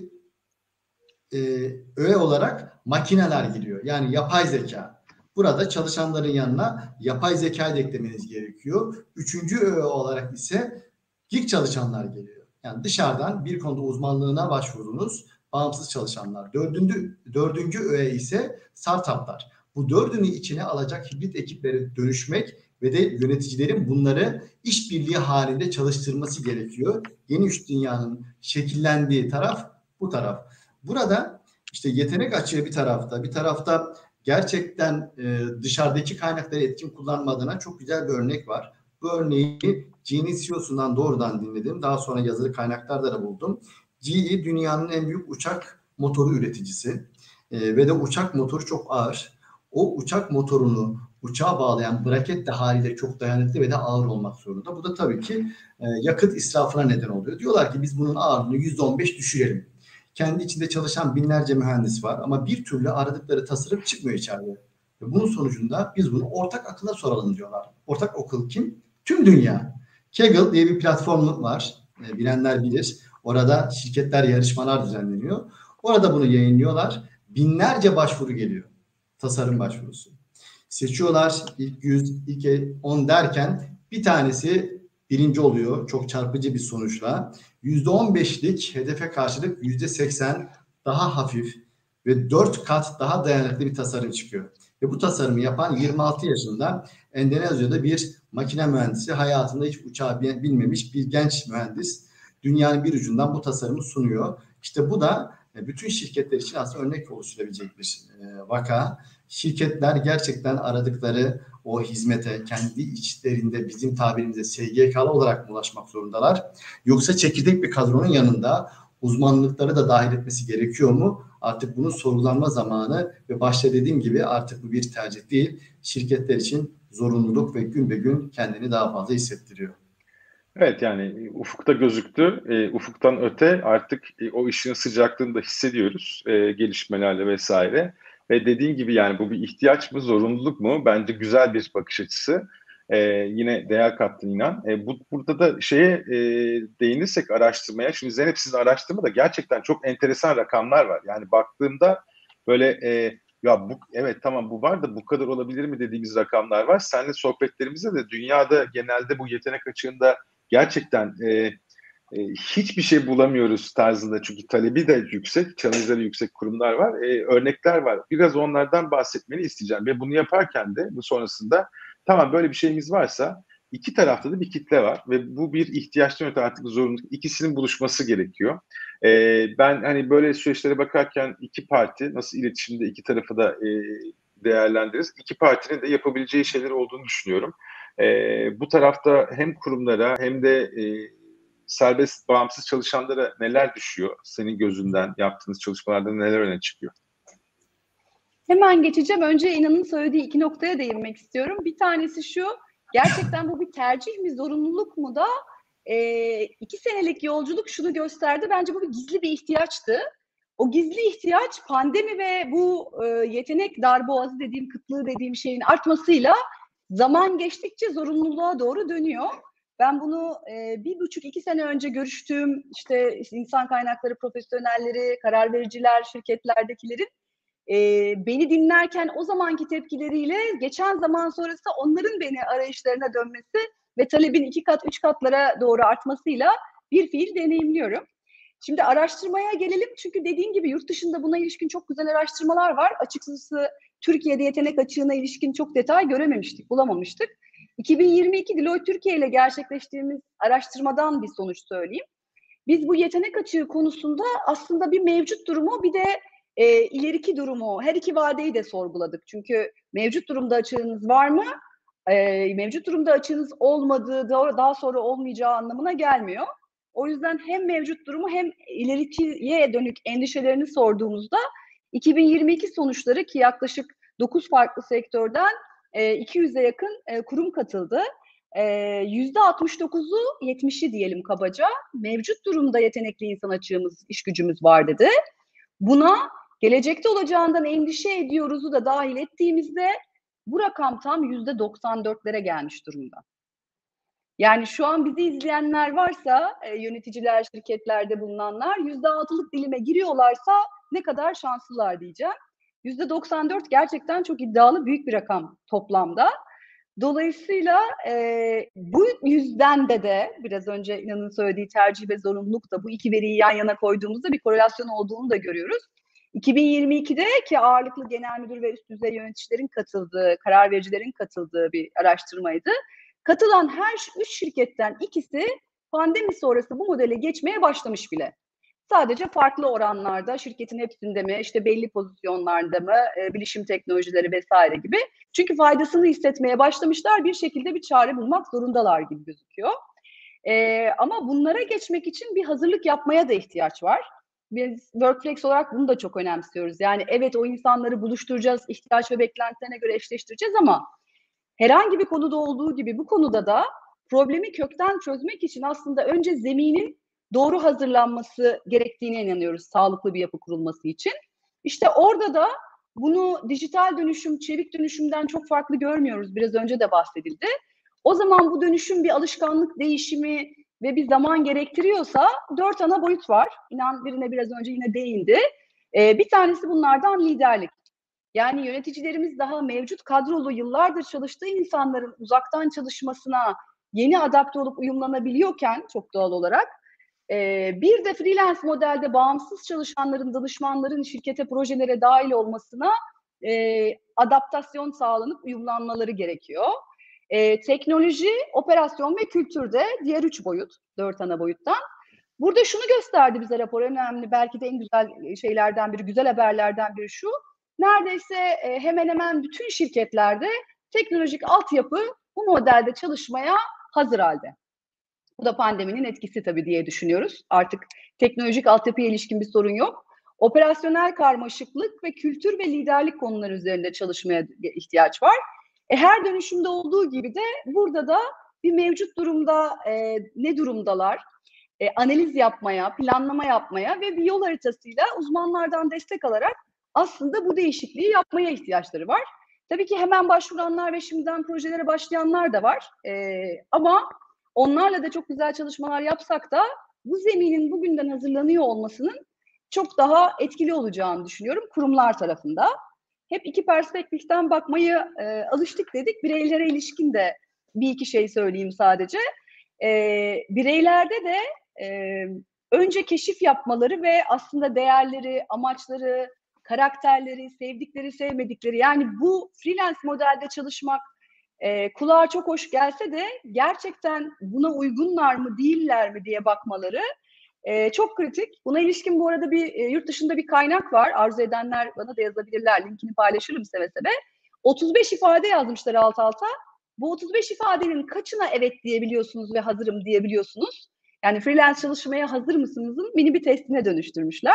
e, öğe olarak makineler giriyor. Yani yapay zeka. Burada çalışanların yanına yapay zekayı da eklemeniz gerekiyor. Üçüncü öğe olarak ise geek çalışanlar geliyor. Yani dışarıdan bir konuda uzmanlığına başvurduğunuz bağımsız çalışanlar. Dördüncü, dördüncü öğe ise startuplar. Bu dördünü içine alacak hibrit ekiplere dönüşmek ve de yöneticilerin bunları işbirliği halinde çalıştırması gerekiyor. Yeni üç dünyanın şekillendiği taraf bu taraf. Burada işte yetenek açığı bir tarafta, bir tarafta gerçekten e, dışarıdaki kaynakları etkin kullanma adına çok güzel bir örnek var. Bu örneği Gee'nin C E O'sundan doğrudan dinledim. Daha sonra yazılı kaynaklarda da buldum. G E dünyanın en büyük uçak motoru üreticisi e, ve de uçak motoru çok ağır. O uçak motorunu uçağa bağlayan braket de haliyle çok dayanıklı ve de ağır olmak zorunda. Bu da tabii ki e, yakıt israfına neden oluyor. Diyorlar ki biz bunun ağırlığını yüzde on beş düşürelim. Kendi içinde çalışan binlerce mühendis var ama bir türlü aradıkları tasarım çıkmıyor içeride. Ve bunun sonucunda biz bunu ortak akıla soralım diyorlar. Ortak akıl kim? Tüm dünya. Kaggle diye bir platform var. E, bilenler bilir. Orada şirketler yarışmalar düzenleniyor. Orada bunu yayınlıyorlar. Binlerce başvuru geliyor. Tasarım başvurusu. Seçiyorlar ilk yüz, ilk on derken bir tanesi birinci oluyor. Çok çarpıcı bir sonuçla. yüzde on beşlik hedefe karşılık yüzde seksen daha hafif ve dört kat daha dayanıklı bir tasarım çıkıyor. Ve bu tasarımı yapan yirmi altı yaşında Endonezya'da bir makine mühendisi, hayatında hiç uçağı binmemiş bir genç mühendis. Dünyanın bir ucundan bu tasarımı sunuyor. İşte bu da bütün şirketler için aslında örnek oluşturabilecek bir vaka. Şirketler gerçekten aradıkları o hizmete kendi içlerinde bizim tabirimizde S G K'lı olarak mı ulaşmak zorundalar? Yoksa çekirdek bir kadronun yanında uzmanlıkları da dahil etmesi gerekiyor mu? Artık bunun sorgulanma zamanı ve başta dediğim gibi artık bu bir tercih değil. Şirketler için zorunluluk ve gün be gün kendini daha fazla hissettiriyor. Evet, yani ufukta gözüktü. E, ufuktan öte artık e, o işin sıcaklığını da hissediyoruz e, gelişmelerle vesaire. Ve dediğin gibi yani bu bir ihtiyaç mı, zorunluluk mu? Bence güzel bir bakış açısı. E, yine değer kattın inan. E, bu, burada da şeye e, değinirsek araştırmaya. Şimdi Zeynep, sizin araştırmada gerçekten çok enteresan rakamlar var. Yani baktığımda böyle e, ya bu evet tamam bu var da bu kadar olabilir mi dediğimiz rakamlar var. Seninle sohbetlerimizde de dünyada genelde bu yetenek açığında gerçekten e, e, hiçbir şey bulamıyoruz tarzında, çünkü talebi de yüksek, challenge'ları yüksek kurumlar var, e, örnekler var. Biraz onlardan bahsetmeni isteyeceğim ve bunu yaparken de bu sonrasında tamam böyle bir şeyimiz varsa iki tarafta da bir kitle var ve bu bir ihtiyaçtan öte artık zorunluluk, ikisinin buluşması gerekiyor. E, ben hani böyle süreçlere bakarken iki parti nasıl iletişimde iki tarafı da e, değerlendiririz. İki partinin de yapabileceği şeyler olduğunu düşünüyorum. E, bu tarafta hem kurumlara hem de e, serbest bağımsız çalışanlara neler düşüyor? Senin gözünden yaptığınız çalışmalarda neler öne çıkıyor? Hemen geçeceğim. Önce İnan'ın söylediği iki noktaya değinmek istiyorum. Bir tanesi şu, gerçekten bu bir tercih mi, zorunluluk mu da e, iki senelik yolculuk şunu gösterdi. Bence bu bir gizli bir ihtiyaçtı. O gizli ihtiyaç pandemi ve bu e, yetenek darboğazı dediğim, kıtlığı dediğim şeyin artmasıyla zaman geçtikçe zorunluluğa doğru dönüyor. Ben bunu e, bir buçuk iki sene önce görüştüğüm işte insan kaynakları profesyonelleri, karar vericiler, şirketlerdekilerin e, beni dinlerken o zamanki tepkileriyle geçen zaman sonrası onların beni arayışlarına dönmesi ve talebin iki kat, üç katlara doğru artmasıyla bir fiil deneyimliyorum. Şimdi araştırmaya gelelim çünkü dediğim gibi yurt dışında buna ilişkin çok güzel araştırmalar var. Açıkçası Türkiye'de yetenek açığına ilişkin çok detay görememiştik, bulamamıştık. iki bin yirmi iki Deloitte Türkiye ile gerçekleştirdiğimiz araştırmadan bir sonuç söyleyeyim. Biz bu yetenek açığı konusunda aslında bir mevcut durumu bir de e, ileriki durumu, her iki vadeyi de sorguladık. Çünkü mevcut durumda açığınız var mı? E, mevcut durumda açığınız olmadığı, daha sonra olmayacağı anlamına gelmiyor. O yüzden hem mevcut durumu hem ilerikiye dönük endişelerini sorduğumuzda iki bin yirmi iki sonuçları ki yaklaşık dokuz farklı sektörden iki yüze yakın kurum katıldı. yüzde altmış dokuzu yetmişi diyelim kabaca mevcut durumda yetenekli insan açığımız, iş gücümüz var dedi. Buna gelecekte olacağından endişe ediyoruzu da dahil ettiğimizde bu rakam tam yüzde doksan dörtlere gelmiş durumda. Yani şu an bizi izleyenler varsa, e, yöneticiler, şirketlerde bulunanlar yüzde altılık dilime giriyorlarsa ne kadar şanslılar diyeceğim. yüzde doksan dört gerçekten çok iddialı büyük bir rakam toplamda. Dolayısıyla e, bu yüzden de de biraz önce İnan'ın söylediği tercih ve zorunluluk da bu iki veriyi yan yana koyduğumuzda bir korelasyon olduğunu da görüyoruz. iki bin yirmi ikide ki ağırlıklı genel müdür ve üst düzey yöneticilerin katıldığı, karar vericilerin katıldığı bir araştırmaydı. Katılan her üç şirketten ikisi pandemi sonrası bu modele geçmeye başlamış bile. Sadece farklı oranlarda, şirketin hepsinde mi, işte belli pozisyonlarda mı, e, bilişim teknolojileri vesaire gibi. Çünkü faydasını hissetmeye başlamışlar, bir şekilde bir çare bulmak zorundalar gibi gözüküyor. E, ama bunlara geçmek için bir hazırlık yapmaya da ihtiyaç var. Biz Workflex olarak bunu da çok önemsiyoruz. Yani evet o insanları buluşturacağız, ihtiyaç ve beklentilerine göre eşleştireceğiz ama herhangi bir konuda olduğu gibi bu konuda da problemi kökten çözmek için aslında önce zeminin doğru hazırlanması gerektiğine inanıyoruz sağlıklı bir yapı kurulması için. İşte orada da bunu dijital dönüşüm, çevik dönüşümden çok farklı görmüyoruz. Biraz önce de bahsedildi. O zaman bu dönüşüm bir alışkanlık değişimi ve bir zaman gerektiriyorsa dört ana boyut var. İnan birine biraz önce yine değindi. Ee, bir tanesi bunlardan liderlik. Yani yöneticilerimiz daha mevcut kadrolu yıllardır çalıştığı insanların uzaktan çalışmasına yeni adapte olup uyumlanabiliyorken çok doğal olarak e, bir de freelance modelde bağımsız çalışanların, danışmanların şirkete, projelere dahil olmasına e, adaptasyon sağlanıp uyumlanmaları gerekiyor. E, teknoloji, operasyon ve kültürde diğer üç boyut, dört ana boyuttan. Burada şunu gösterdi bize rapor, önemli, belki de en güzel şeylerden biri, güzel haberlerden biri şu. Neredeyse e, hemen hemen bütün şirketlerde teknolojik altyapı bu modelde çalışmaya hazır halde. Bu da pandeminin etkisi tabii diye düşünüyoruz. Artık teknolojik altyapıya ilişkin bir sorun yok. Operasyonel karmaşıklık ve kültür ve liderlik konuları üzerinde çalışmaya ihtiyaç var. E, her dönüşümde olduğu gibi de burada da bir mevcut durumda e, ne durumdalar? E, analiz yapmaya, planlama yapmaya ve bir yol haritasıyla uzmanlardan destek alarak aslında bu değişikliği yapmaya ihtiyaçları var. Tabii ki hemen başvuranlar ve şimdiden projelere başlayanlar da var. Ee, ama onlarla da çok güzel çalışmalar yapsak da bu zeminin bugünden hazırlanıyor olmasının çok daha etkili olacağını düşünüyorum kurumlar tarafında. Hep iki perspektiften bakmayı e, alıştık dedik. Bireylere ilişkin de bir iki şey söyleyeyim sadece. E, bireylerde de e, önce keşif yapmaları ve aslında değerleri, amaçları, karakterleri, sevdikleri, sevmedikleri, yani bu freelance modelde çalışmak e, kulağa çok hoş gelse de gerçekten buna uygunlar mı değiller mi diye bakmaları e, çok kritik. Buna ilişkin bu arada bir e, yurt dışında bir kaynak var. Arzu edenler bana da yazabilirler. Linkini paylaşırım seve seve. otuz beş ifade yazmışlar alt alta. Bu otuz beş ifadenin kaçına evet diyebiliyorsunuz ve hazırım diyebiliyorsunuz? Yani freelance çalışmaya hazır mısınızın mini bir testine dönüştürmüşler.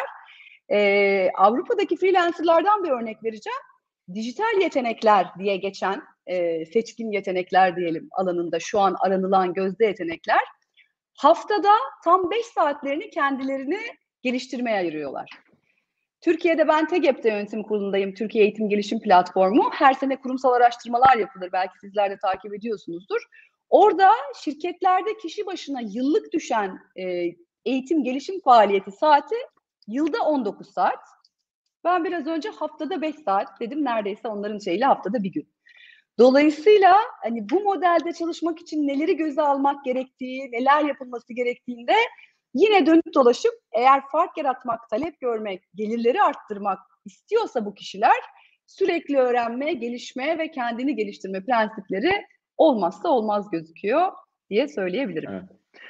Ee, Avrupa'daki freelancerlardan bir örnek vereceğim. Dijital yetenekler diye geçen, e, seçkin yetenekler diyelim alanında şu an aranılan gözde yetenekler, haftada tam beş saatlerini kendilerini geliştirmeye ayırıyorlar. Türkiye'de ben TEGEP'te yönetim kurulundayım. Türkiye Eğitim Gelişim Platformu. Her sene kurumsal araştırmalar yapılır. Belki sizler de takip ediyorsunuzdur. Orada şirketlerde kişi başına yıllık düşen e, eğitim gelişim faaliyeti saati yılda on dokuz saat. Ben biraz önce haftada beş saat dedim, neredeyse onların şeyiyle haftada bir gün. Dolayısıyla hani bu modelde çalışmak için neleri göze almak gerektiği, neler yapılması gerektiğinde yine dönüp dolaşıp eğer fark yaratmak, talep görmek, gelirleri arttırmak istiyorsa bu kişiler sürekli öğrenme, gelişme ve kendini geliştirme prensipleri olmazsa olmaz gözüküyor diye söyleyebilirim. Evet.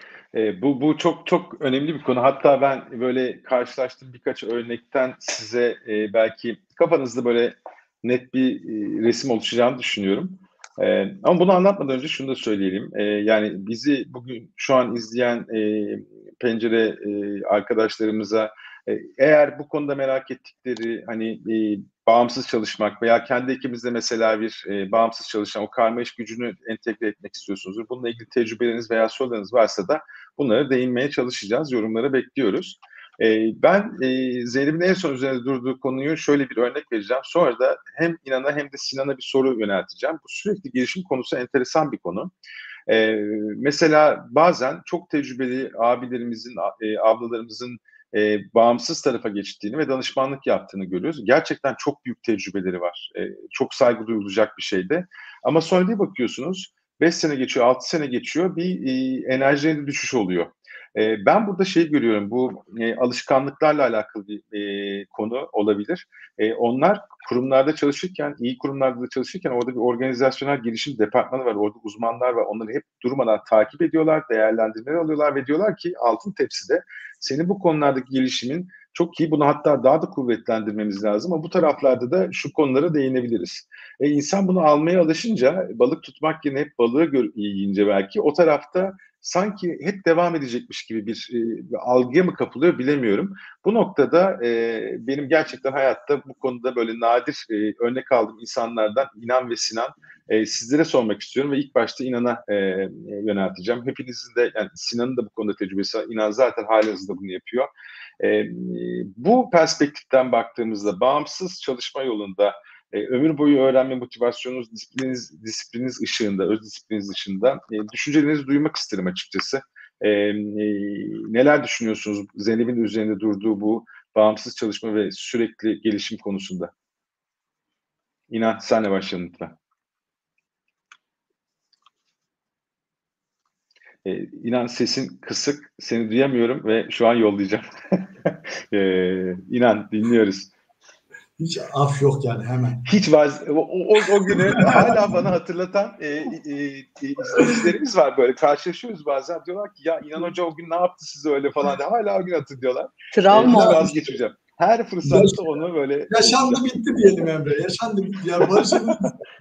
E, bu bu çok çok önemli bir konu. Hatta ben böyle karşılaştığım birkaç örnekten size e, belki kafanızda böyle net bir e, resim oluşacağını düşünüyorum. E, ama bunu anlatmadan önce şunu da söyleyelim. E, yani bizi bugün şu an izleyen e, Pencere e, arkadaşlarımıza e, eğer bu konuda merak ettikleri hani e, bağımsız çalışmak veya kendi ekibinizde mesela bir e, bağımsız çalışan o karma iş gücünü entegre etmek istiyorsunuzdur. Bununla ilgili tecrübeleriniz veya sorularınız varsa da bunlara değinmeye çalışacağız. Yorumlara bekliyoruz. E, ben e, Zeynep'in en son üzerinde durduğu konuyu şöyle bir örnek vereceğim. Sonra da hem İnan'a hem de Sinan'a bir soru yönelteceğim. Bu sürekli girişim konusu enteresan bir konu. E, mesela bazen çok tecrübeli abilerimizin, e, ablalarımızın e, bağımsız tarafa geçtiğini ve danışmanlık yaptığını görüyoruz. Gerçekten çok büyük tecrübeleri var. E, çok saygı duyulacak bir şeydi. Ama sonra bir bakıyorsunuz beş sene geçiyor, altı sene geçiyor, bir e, enerjilerinde düşüş oluyor. E, ben burada şey görüyorum, bu e, alışkanlıklarla alakalı bir e, konu olabilir. E, onlar kurumlarda çalışırken, iyi kurumlarda da çalışırken orada bir organizasyonel gelişim departmanı var, orada uzmanlar var. Onları hep durmadan takip ediyorlar, değerlendirmeler alıyorlar ve diyorlar ki altın tepside senin bu konulardaki gelişimin çok iyi, bunu hatta daha da kuvvetlendirmemiz lazım ama bu taraflarda da şu konulara değinebiliriz. E, insan bunu almaya alışınca, balık tutmak yerine hep balığı gör, yiyince belki o tarafta sanki hep devam edecekmiş gibi bir, e, bir algıya mı kapılıyor bilemiyorum. Bu noktada e, benim gerçekten hayatta bu konuda böyle nadir e, örnek aldığım insanlardan İnan ve Sinan, e, sizlere sormak istiyorum ve ilk başta İnan'a e, yönelteceğim. Hepinizin de, yani Sinan'ın da bu konuda tecrübesi var. İnan zaten halihazırda bunu yapıyor. E, bu perspektiften baktığımızda bağımsız çalışma yolunda e, ömür boyu öğrenme motivasyonunuz, disiplininiz, disiplininiz ışığında, öz disiplininiz ışığında e, düşüncelerinizi duymak isterim açıkçası. E, e, neler düşünüyorsunuz Zeynep'in üzerinde durduğu bu bağımsız çalışma ve sürekli gelişim konusunda? İnan, senle başlayalım lütfen. Ee, İnan sesin kısık, seni duyamıyorum ve şu an yollayacağım. ee, İnan dinliyoruz. Hiç af yok yani hemen. Hiç vaz o, o, o günü hala bana hatırlatan e, e, izleyicilerimiz var, böyle karşılaşıyoruz bazen, diyorlar ki ya İnan Hoca o gün ne yaptı size öyle falan diye, hala o gün hatırlıyorlar. Travma. Ee, hiç vazgeçmeyeceğim. Her fırsatta onu böyle... Yaşandı bitti diyelim Emre. Yaşandı bitti. Ya barışalım.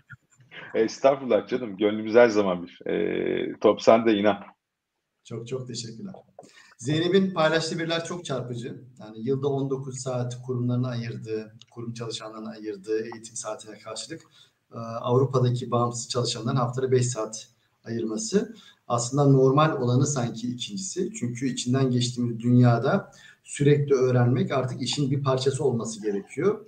Estağfurullah canım. Gönlümüz her zaman bir. E, top sende İnan. Çok çok teşekkürler. Zeynep'in paylaştığı veriler çok çarpıcı. Yani yılda on dokuz saat kurumlarına ayırdığı, kurum çalışanlarına ayırdığı eğitim saatine karşılık Avrupa'daki bağımsız çalışanların haftada beş saat ayırması aslında normal olanı sanki ikincisi. Çünkü içinden geçtiğimiz dünyada sürekli öğrenmek artık işin bir parçası olması gerekiyor.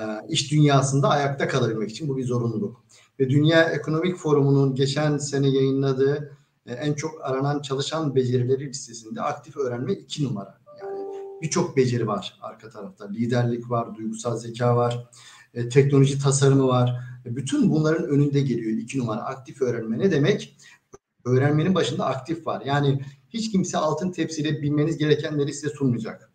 İş dünyasında ayakta kalabilmek için bu bir zorunluluk. Ve Dünya Ekonomik Forumu'nun geçen sene yayınladığı en çok aranan çalışan becerileri listesinde aktif öğrenme iki numara. Yani birçok beceri var arka tarafta. Liderlik var, duygusal zeka var, e, teknoloji tasarımı var. E, bütün bunların önünde geliyor iki numara. Aktif öğrenme ne demek? Öğrenmenin başında aktif var. Yani hiç kimse altın tepsiyle bilmeniz gerekenleri size sunmayacak.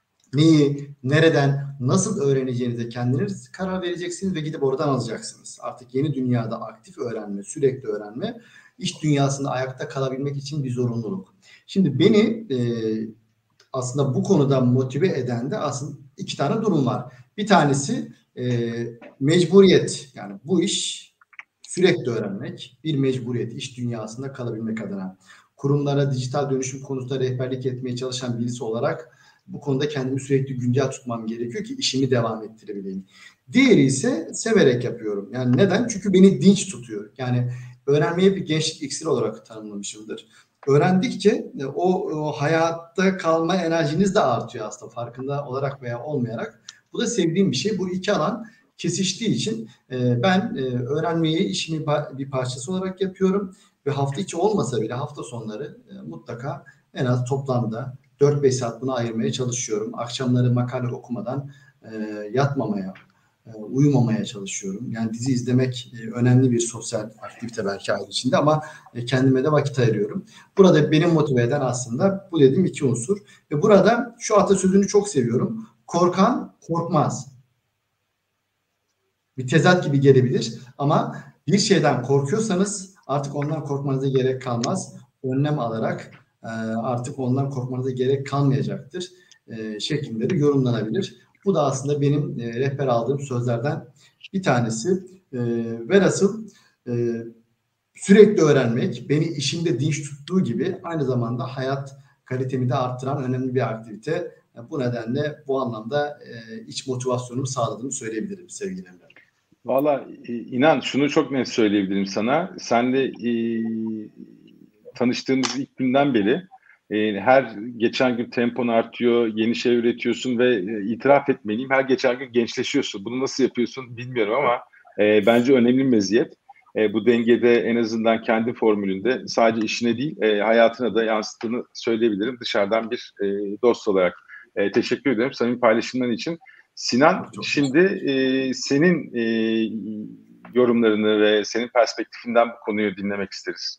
Neyi, nereden, nasıl öğreneceğinize kendiniz karar vereceksiniz ve gidip oradan alacaksınız. Artık yeni dünyada aktif öğrenme, sürekli öğrenme, iş dünyasında ayakta kalabilmek için bir zorunluluk. Şimdi beni e, aslında bu konuda motive eden de aslında iki tane durum var. Bir tanesi e, mecburiyet. Yani bu iş sürekli öğrenmek bir mecburiyet, iş dünyasında kalabilmek adına. Kurumlara dijital dönüşüm konusunda rehberlik etmeye çalışan birisi olarak bu konuda kendimi sürekli güncel tutmam gerekiyor ki işimi devam ettirebileyim. Diğeri ise severek yapıyorum. Yani neden? Çünkü beni dinç tutuyor. Yani öğrenmeye bir gençlik iksiri olarak tanımlamışımdır. Öğrendikçe o, o hayatta kalma enerjiniz de artıyor aslında, farkında olarak veya olmayarak. Bu da sevdiğim bir şey. Bu iki alan kesiştiği için e, ben e, öğrenmeyi işimin bir parçası olarak yapıyorum. ve hafta içi olmasa bile hafta sonları e, mutlaka en az toplamda dört beş saat buna ayırmaya çalışıyorum. Akşamları makale okumadan e, yatmamaya, e, uyumamaya çalışıyorum. Yani dizi izlemek e, önemli bir sosyal aktivite belki aile içinde ama e, kendime de vakit ayırıyorum. Burada benim motive eden aslında bu dediğim iki unsur. Ve burada şu atasözünü çok seviyorum. Korkan korkmaz. Bir tezat gibi gelebilir ama bir şeyden korkuyorsanız artık ondan korkmanıza gerek kalmaz. Önlem alarak e, artık ondan korkmanıza gerek kalmayacaktır e, şeklinde de yorumlanabilir. Bu da aslında benim e, rehber aldığım sözlerden bir tanesi. E, velhasıl e, sürekli öğrenmek beni işimde dinç tuttuğu gibi aynı zamanda hayat kalitemi de arttıran önemli bir aktivite. Bu nedenle bu anlamda e, iç motivasyonumu sağladığını söyleyebilirim sevgili Emre. Valla inan şunu çok net söyleyebilirim sana. Sen de e, tanıştığımız ilk günden beri e, her geçen gün tempon artıyor, yeni şey üretiyorsun ve e, itiraf etmeliyim her geçen gün gençleşiyorsun. Bunu nasıl yapıyorsun bilmiyorum ama e, bence önemli bir meziyet. E, bu dengede en azından kendi formülünde sadece işine değil e, hayatına da yansıttığını söyleyebilirim dışarıdan bir e, dost olarak. E, teşekkür ederim samimi paylaşımların için. Sinan, şimdi e, senin e, yorumlarını ve senin perspektifinden bu konuyu dinlemek isteriz.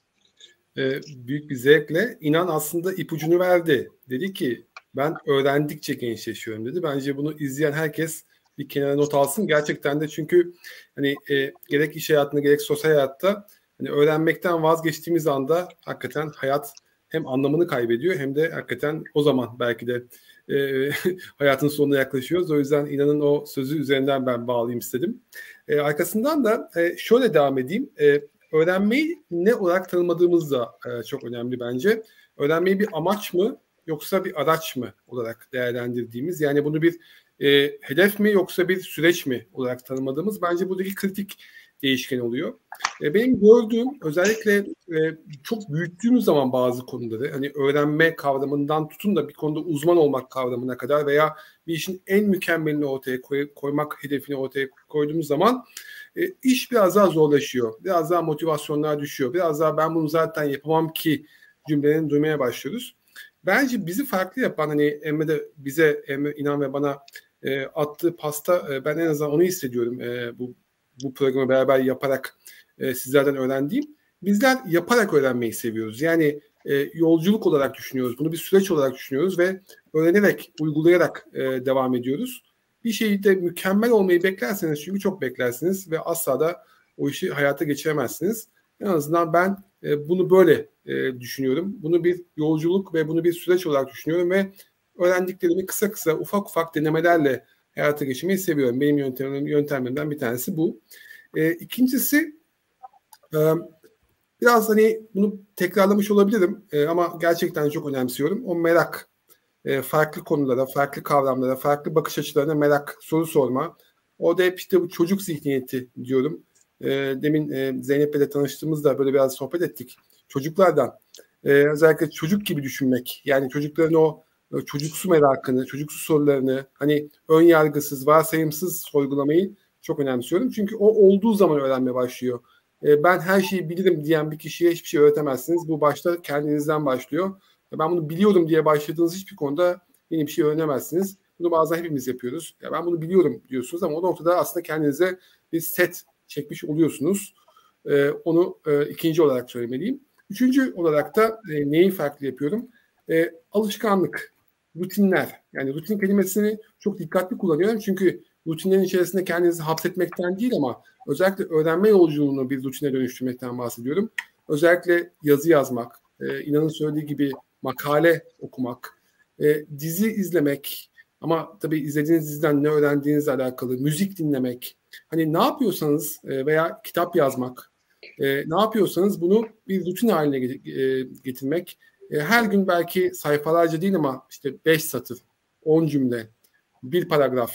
E, büyük bir zevkle. İnan aslında ipucunu verdi. Dedi ki ben öğrendikçe gençleşiyorum dedi. Bence bunu izleyen herkes bir kenara not alsın. Gerçekten de çünkü hani e, gerek iş hayatında gerek sosyal hayatta hani öğrenmekten vazgeçtiğimiz anda hakikaten hayat hem anlamını kaybediyor hem de hakikaten o zaman belki de e, hayatın sonuna yaklaşıyoruz. O yüzden İnan'ın o sözü üzerinden ben bağlayayım istedim. E, arkasından da e, şöyle devam edeyim. E, öğrenmeyi ne olarak tanımladığımız da e, çok önemli bence. Öğrenmeyi bir amaç mı yoksa bir araç mı olarak değerlendirdiğimiz, yani bunu bir e, hedef mi yoksa bir süreç mi olarak tanımladığımız bence buradaki kritik değişken oluyor. E, benim gördüğüm özellikle e, çok büyüttüğümüz zaman bazı konuları hani öğrenme kavramından tutun da bir konuda uzman olmak kavramına kadar veya bir işin en mükemmelini ortaya koy, koymak hedefini ortaya koyduğumuz zaman e, iş biraz daha zorlaşıyor. Biraz daha motivasyonlar düşüyor. Biraz daha ben bunu zaten yapamam ki cümlelerini duymaya başlıyoruz. Bence bizi farklı yapan hani Emre de bize Emre İnan ve bana e, attığı pasta e, ben en azından onu hissediyorum e, bu bu programı beraber yaparak e, sizlerden öğrendiğim. Bizler yaparak öğrenmeyi seviyoruz. Yani e, yolculuk olarak düşünüyoruz. Bunu bir süreç olarak düşünüyoruz ve öğrenerek, uygulayarak e, devam ediyoruz. Bir şeyde mükemmel olmayı beklerseniz çünkü çok beklersiniz ve asla da o işi hayata geçiremezsiniz. En azından ben e, bunu böyle e, düşünüyorum. Bunu bir yolculuk ve bunu bir süreç olarak düşünüyorum ve öğrendiklerimi kısa kısa ufak ufak denemelerle hayata geçirmeyi seviyorum. Benim yöntemlerim, yöntemlerimden bir tanesi bu. E, ikincisi e, biraz hani bunu tekrarlamış olabilirim e, ama gerçekten çok önemsiyorum. O merak, e, farklı konulara, farklı kavramlara, farklı bakış açılarına merak, soru sorma. O da hep işte bu çocuk zihniyeti diyorum. E, demin e, Zeynep'le tanıştığımızda böyle biraz sohbet ettik. Çocuklardan e, özellikle çocuk gibi düşünmek. Yani çocukların o çocuksu merakını, çocuksu sorularını hani ön yargısız, varsayımsız sorgulamayı çok önemsiyorum. Çünkü o olduğu zaman öğrenmeye başlıyor. E, ben her şeyi bilirim diyen bir kişiye hiçbir şey öğretemezsiniz. Bu başta kendinizden başlıyor. Ben bunu biliyorum diye başladığınız hiçbir konuda yeni bir şey öğrenemezsiniz. Bunu bazen hepimiz yapıyoruz. Ya ben bunu biliyorum diyorsunuz ama o noktada aslında kendinize bir set çekmiş oluyorsunuz. E, onu e, ikinci olarak söylemeliyim. Üçüncü olarak da e, neyi farklı yapıyorum? E, alışkanlık, rutinler. Yani rutin kelimesini çok dikkatli kullanıyorum. Çünkü rutinlerin içerisinde kendinizi hapsetmekten değil ama özellikle öğrenme yolculuğunu bir rutine dönüştürmekten bahsediyorum. Özellikle yazı yazmak, e, İnan'ın söylediği gibi makale okumak, e, dizi izlemek ama tabii izlediğiniz diziden ne öğrendiğinizle alakalı, müzik dinlemek. Hani ne yapıyorsanız e, veya kitap yazmak, e, ne yapıyorsanız bunu bir rutin haline getirmek. E, her gün belki sayfalarca değil ama işte beş satır, on cümle, bir paragraf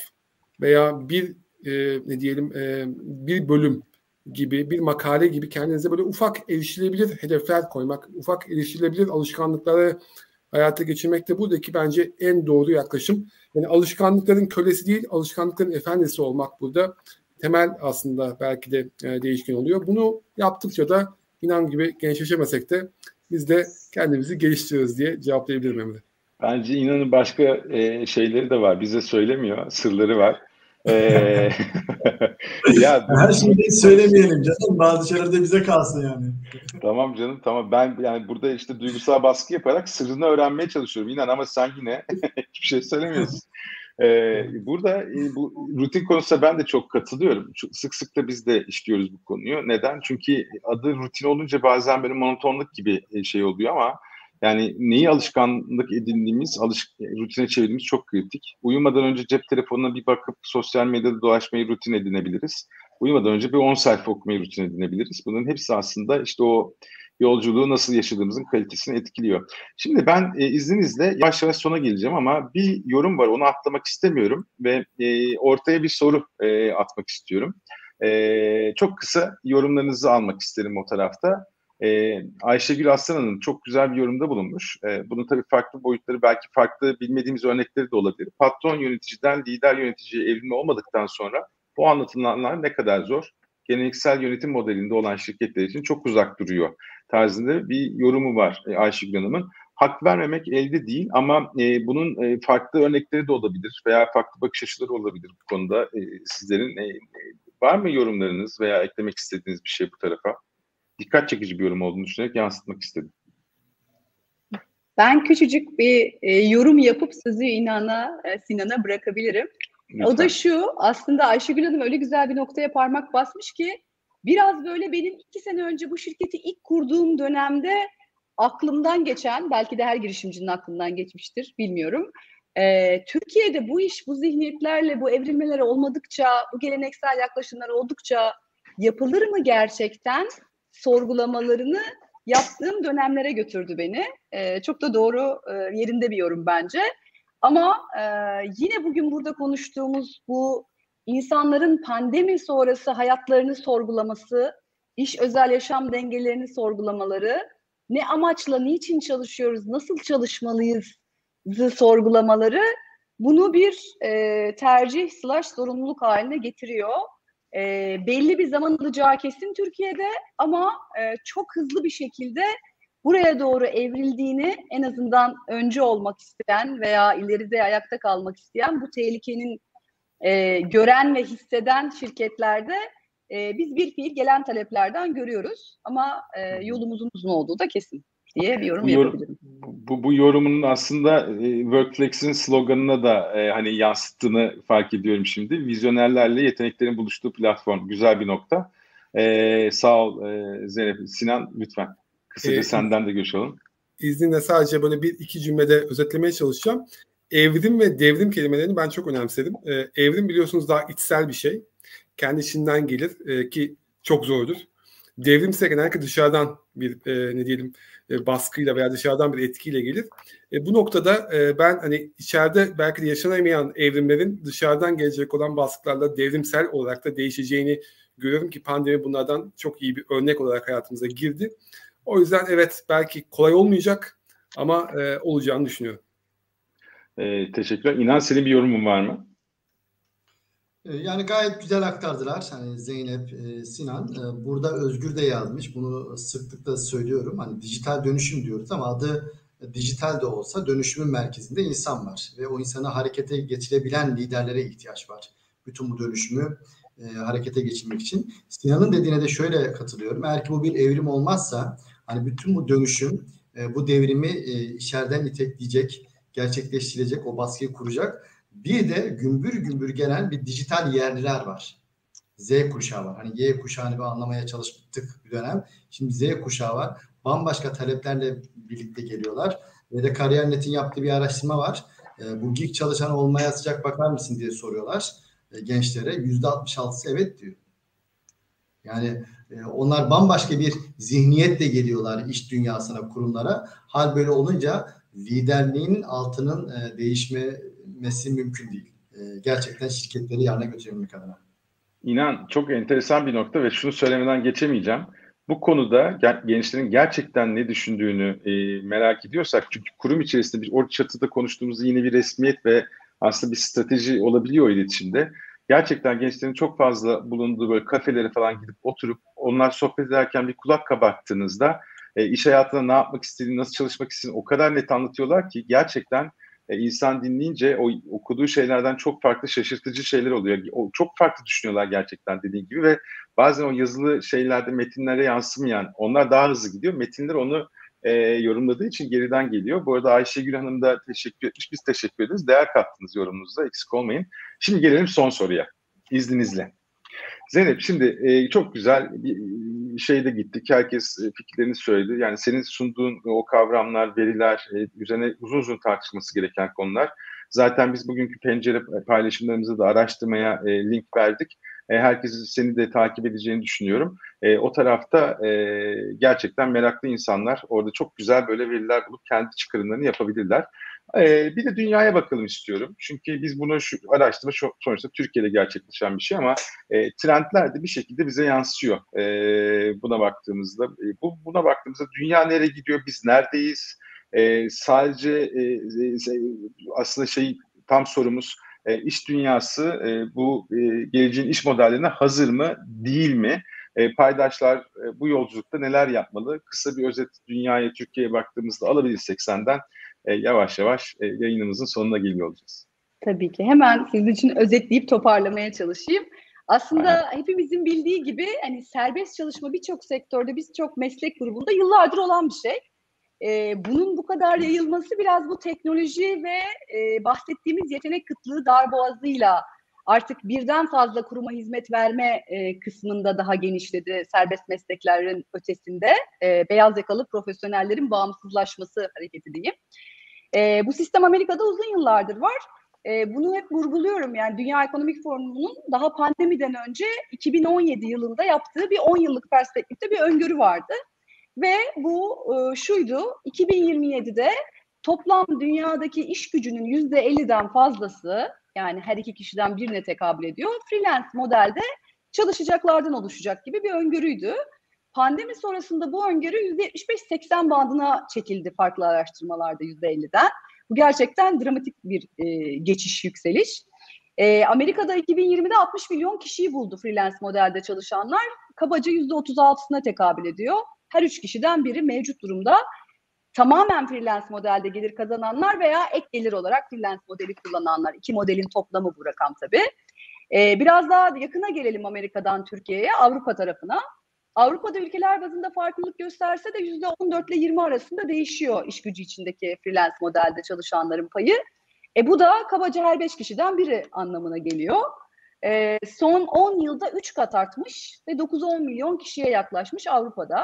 veya bir e, ne diyelim e, bir bölüm gibi, bir makale gibi kendinize böyle ufak erişilebilir hedefler koymak, ufak erişilebilir alışkanlıkları hayata geçirmek de buradaki bence en doğru yaklaşım. Yani alışkanlıkların kölesi değil, alışkanlıkların efendisi olmak burada temel aslında belki de e, değişken oluyor. Bunu yaptıkça da İnan gibi gençleşemesek de biz de kendimizi geliştiriyoruz diye cevaplayabilirim Emre. Bence İnan'ın başka e, şeyleri de var. Bize söylemiyor. Sırları var. Ee, ya her şeyi söylemeyelim canım. Bazı şeyler de bize kalsın yani. Tamam canım, tamam. Ben yani burada işte duygusal baskı yaparak sırrını öğrenmeye çalışıyorum. İnan, ama sen yine hiçbir şey söylemiyorsun. Ee, burada e, bu rutin konusunda ben de çok katılıyorum. Çok sık sık da biz de işliyoruz bu konuyu. Neden? Çünkü adı rutin olunca bazen benim monotonluk gibi şey oluyor, ama yani neyi alışkanlık edindiğimiz, alış, rutine çevirdiğimiz çok kritik. Uyumadan önce cep telefonuna bir bakıp sosyal medyada dolaşmayı rutin edinebiliriz. Uyumadan önce bir on sayfa okumayı rutin edinebiliriz. Bunların hepsi aslında işte o yolculuğu nasıl yaşadığımızın kalitesini etkiliyor. Şimdi ben e, izninizle yavaş yavaş sona geleceğim, ama bir yorum var, onu atlamak istemiyorum ve e, ortaya bir soru e, atmak istiyorum. E, çok kısa yorumlarınızı almak isterim o tarafta. E, Ayşegül Aslan'ın çok güzel bir yorumda bulunmuş. E, bunun tabii farklı boyutları, belki farklı bilmediğimiz örnekleri de olabilir. Patron yöneticiden lider yöneticiye evrilme olmadıktan sonra bu anlatılanlar ne kadar zor? Geleneksel yönetim modelinde olan şirketler için çok uzak duruyor tarzında bir yorumu var e, Ayşegül Hanım'ın. Hak vermemek elde değil, ama e, bunun e, farklı örnekleri de olabilir veya farklı bakış açıları olabilir bu konuda. E, sizlerin e, var mı yorumlarınız veya eklemek istediğiniz bir şey bu tarafa? Dikkat çekici bir yorum olduğunu düşünerek yansıtmak istedim. Ben küçücük bir e, yorum yapıp sözü İnan'a, e, Sinan'a bırakabilirim. Lütfen. O da şu, aslında Ayşegül Hanım öyle güzel bir noktaya parmak basmış ki, biraz böyle benim iki sene önce bu şirketi ilk kurduğum dönemde aklımdan geçen, belki de her girişimcinin aklından geçmiştir, bilmiyorum. Ee, Türkiye'de bu iş, bu zihniyetlerle, bu evrilmeler olmadıkça, bu geleneksel yaklaşımlar oldukça yapılır mı gerçekten sorgulamalarını yaptığım dönemlere götürdü beni. Ee, çok da doğru, e, yerinde bir yorum bence. Ama e, yine bugün burada konuştuğumuz bu insanların pandemi sonrası hayatlarını sorgulaması, iş özel yaşam dengelerini sorgulamaları, ne amaçla, niçin çalışıyoruz, nasıl çalışmalıyız sorgulamaları, bunu bir e, tercih slash zorunluluk haline getiriyor. E, belli bir zaman alacağı kesin Türkiye'de, ama e, çok hızlı bir şekilde buraya doğru evrildiğini, en azından önce olmak isteyen veya ileride ayakta kalmak isteyen, bu tehlikenin e, gören ve hisseden şirketlerde e, biz bir fiil gelen taleplerden görüyoruz. Ama e, yolumuzun uzun olduğu da kesin diye bir yorum bu yapabilirim. Bu, bu yorumunun aslında e, Workflex'in sloganına da e, hani yansıttığını fark ediyorum şimdi. Vizyonerlerle yeteneklerin buluştuğu platform. Güzel bir nokta. E, sağ ol e, Zeynep. Sinan, lütfen. Kısaca ee, senden de görüşelim. İzninle sadece böyle bir iki cümlede özetlemeye çalışacağım. Evrim ve devrim kelimelerini ben çok önemsedim. Ee, evrim biliyorsunuz daha içsel bir şey. Kendi içinden gelir e, ki çok zordur. Devrim ise genellikle dışarıdan bir e, ne diyelim e, baskıyla veya dışarıdan bir etkiyle gelir. E, bu noktada e, ben hani içeride belki de yaşanamayan evrimlerin dışarıdan gelecek olan baskılarla devrimsel olarak da değişeceğini görüyorum ki pandemi bunlardan çok iyi bir örnek olarak hayatımıza girdi. O yüzden evet, belki kolay olmayacak ama e, olacağını düşünüyorum. E, teşekkürler. İnan, senin bir yorumun var mı? Yani gayet güzel aktardılar. Hani Zeynep, e, Sinan. E, burada Özgür de yazmış. Bunu sıklıkla söylüyorum. Hani dijital dönüşüm diyoruz ama adı e, dijital de olsa dönüşümün merkezinde insan var. Ve o insanı harekete geçirebilen liderlere ihtiyaç var. Bütün bu dönüşümü e, harekete geçirmek için. Sinan'ın dediğine de şöyle katılıyorum. Eğer ki bu bir evrim olmazsa, hani bütün bu dönüşüm e, bu devrimi e, içeriden itekleyecek, gerçekleştirecek, o baskıyı kuracak. Bir de gümbür gümbür gelen bir dijital yerliler var. Z kuşağı var. Hani Y kuşağını bir anlamaya çalıştık bir dönem. Şimdi Z kuşağı var. Bambaşka taleplerle birlikte geliyorlar. Ve de Kariyer.net'in yaptığı bir araştırma var. E, bu gig çalışan olmaya sıcak bakar mısın diye soruyorlar e, gençlere. yüzde altmış altısı evet diyor. Yani e, onlar bambaşka bir zihniyetle geliyorlar iş dünyasına, kurumlara. Hal böyle olunca liderliğin altının e, değişmesi mümkün değil. E, gerçekten şirketleri yerine götürebilmek adına. İnan, çok enteresan bir nokta ve şunu söylemeden geçemeyeceğim. Bu konuda gençlerin gerçekten ne düşündüğünü e, merak ediyorsak, çünkü kurum içerisinde bir orta çatıda konuştuğumuzda yine bir resmiyet ve aslında bir strateji olabiliyor iletişimde. gerçekten gençlerin çok fazla bulunduğu böyle kafelere falan gidip oturup onlar sohbet ederken bir kulak kabarttığınızda e, iş hayatında ne yapmak istediğini, nasıl çalışmak istediğini o kadar net anlatıyorlar ki gerçekten e, insan dinleyince o okuduğu şeylerden çok farklı şaşırtıcı şeyler oluyor. O, çok farklı düşünüyorlar gerçekten dediğin gibi ve bazen o yazılı şeylerde metinlere yansımayan, onlar daha hızlı gidiyor. Metinler onu e, yorumladığı için geriden geliyor. Bu arada Ayşegül Hanım da teşekkür etmiş. Biz teşekkür ederiz. Değer kattınız yorumunuzda. Eksik olmayın. Şimdi gelelim son soruya. İzninizle. Zeynep, şimdi e, çok güzel bir şeyde gittik. Herkes e, fikirlerini söyledi. Yani senin sunduğun o kavramlar, veriler, e, üzerine uzun uzun tartışması gereken konular. Zaten biz bugünkü pencere paylaşımlarımızı da araştırmaya e, link verdik. E, herkesin seni de takip edeceğini düşünüyorum. E, o tarafta e, gerçekten meraklı insanlar orada çok güzel böyle veriler bulup kendi çıkarımlarını yapabilirler. Ee, bir de dünyaya bakalım istiyorum. Çünkü biz bunu şu araştırma şu, sonuçta Türkiye'de gerçekleşen bir şey ama e, trendler de bir şekilde bize yansıyor. E, buna baktığımızda, e, bu buna baktığımızda dünya nereye gidiyor, biz neredeyiz? E, sadece e, e, aslında şey tam sorumuz e, iş dünyası e, bu e, geleceğin iş modellerine hazır mı, değil mi? E, paydaşlar e, bu yolculukta neler yapmalı? Kısa bir özet dünyaya, Türkiye'ye baktığımızda alabilirsek senden. E, yavaş yavaş e, yayınımızın sonuna geliyor olacağız. Tabii ki. Hemen sizin için özetleyip toparlamaya çalışayım. Aslında Aynen. hepimizin bildiği gibi hani serbest çalışma birçok sektörde, birçok meslek grubunda yıllardır olan bir şey. Ee, bunun bu kadar yayılması biraz bu teknoloji ve e, bahsettiğimiz yetenek kıtlığı darboğazıyla artık birden fazla kuruma hizmet verme e, kısmında daha genişledi. Serbest mesleklerin ötesinde e, beyaz yakalı profesyonellerin bağımsızlaşması hareketi diyeyim. E, bu sistem Amerika'da uzun yıllardır var. E, bunu hep vurguluyorum. Yani Dünya Ekonomik Forumu'nun daha pandemiden önce iki bin on yedi yılında yaptığı bir on yıllık perspektifte bir öngörü vardı. Ve bu e, şuydu, iki bin yirmi yedide toplam dünyadaki iş gücünün yüzde elliden fazlası, yani her iki kişiden birine tekabül ediyor, freelance modelde çalışacaklardan oluşacak gibi bir öngörüydü. Pandemi sonrasında bu öngörü yüzde yetmiş beş seksen bandına çekildi farklı araştırmalarda yüzde elliden. Bu gerçekten dramatik bir e, geçiş, yükseliş. E, Amerika'da iki bin yirmide altmış milyon kişiyi buldu freelance modelde çalışanlar. Kabaca yüzde otuz altısına tekabül ediyor. Her üç kişiden biri mevcut durumda tamamen freelance modelde gelir kazananlar veya ek gelir olarak freelance modeli kullananlar. İki modelin toplamı bu rakam tabii. Ee, biraz daha yakına gelelim Amerika'dan Türkiye'ye, Avrupa tarafına. Avrupa'da ülkeler bazında farklılık gösterse de yüzde on dört ile yirmi arasında değişiyor iş gücü içindeki freelance modelde çalışanların payı. E, bu da kabaca her beş kişiden biri anlamına geliyor. E, son on yılda üç kat artmış ve dokuz on milyon kişiye yaklaşmış Avrupa'da.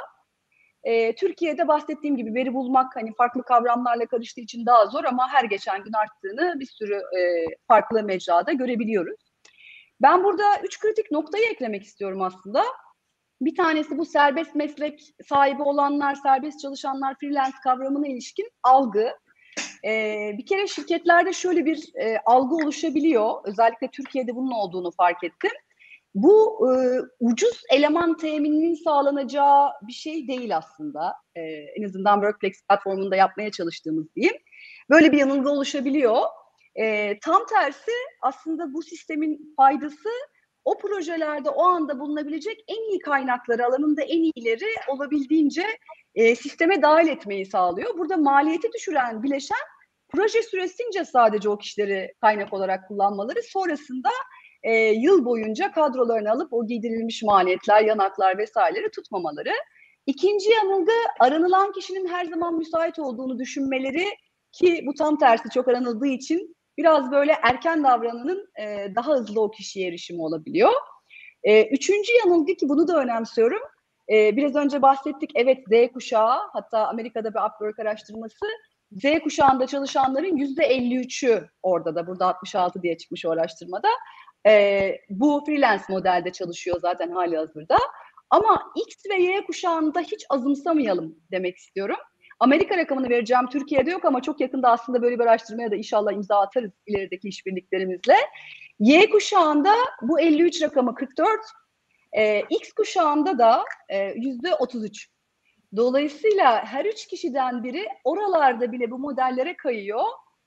E, Türkiye'de bahsettiğim gibi veri bulmak hani farklı kavramlarla karıştığı için daha zor ama her geçen gün arttığını bir sürü e, farklı mecrada görebiliyoruz. Ben burada üç kritik noktayı eklemek istiyorum aslında. Bir tanesi bu serbest meslek sahibi olanlar, serbest çalışanlar, freelance kavramına ilişkin algı. Ee, bir kere şirketlerde şöyle bir e, algı oluşabiliyor. Özellikle Türkiye'de bunun olduğunu fark ettim. Bu e, ucuz eleman temininin sağlanacağı bir şey değil aslında. E, en azından Workflex platformunda yapmaya çalıştığımız diyeyim. Böyle bir yanılgı oluşabiliyor. E, tam tersi aslında bu sistemin faydası o projelerde o anda bulunabilecek en iyi kaynakları, alanında en iyileri olabildiğince e, sisteme dahil etmeyi sağlıyor. Burada maliyeti düşüren bileşen proje süresince sadece o kişileri kaynak olarak kullanmaları, sonrasında e, yıl boyunca kadrolarını alıp o giydirilmiş maliyetler, yanaklar vesaireleri tutmamaları. İkinci yanılgı aranılan kişinin her zaman müsait olduğunu düşünmeleri ki bu tam tersi çok aranıldığı için biraz böyle erken davrananın e, daha hızlı o kişiye erişimi olabiliyor. E, üçüncü yanılgı ki bunu da önemsiyorum. E, biraz önce bahsettik, evet Z kuşağı, hatta Amerika'da bir Upwork araştırması Z kuşağında çalışanların yüzde elli üçü orada da, burada altmış altı diye çıkmış o araştırmada. E, bu freelance modelde çalışıyor zaten hali hazırda. Ama X ve Y kuşağında hiç azımsamayalım demek istiyorum. Amerika rakamını vereceğim, Türkiye'de yok ama çok yakında aslında böyle bir araştırmaya da inşallah imza atarız ilerideki işbirliklerimizle. Y kuşağında bu elli üç rakamı kırk dört, e, X kuşağında da yüzde otuz üç. Dolayısıyla her üç kişiden biri oralarda bile bu modellere kayıyor.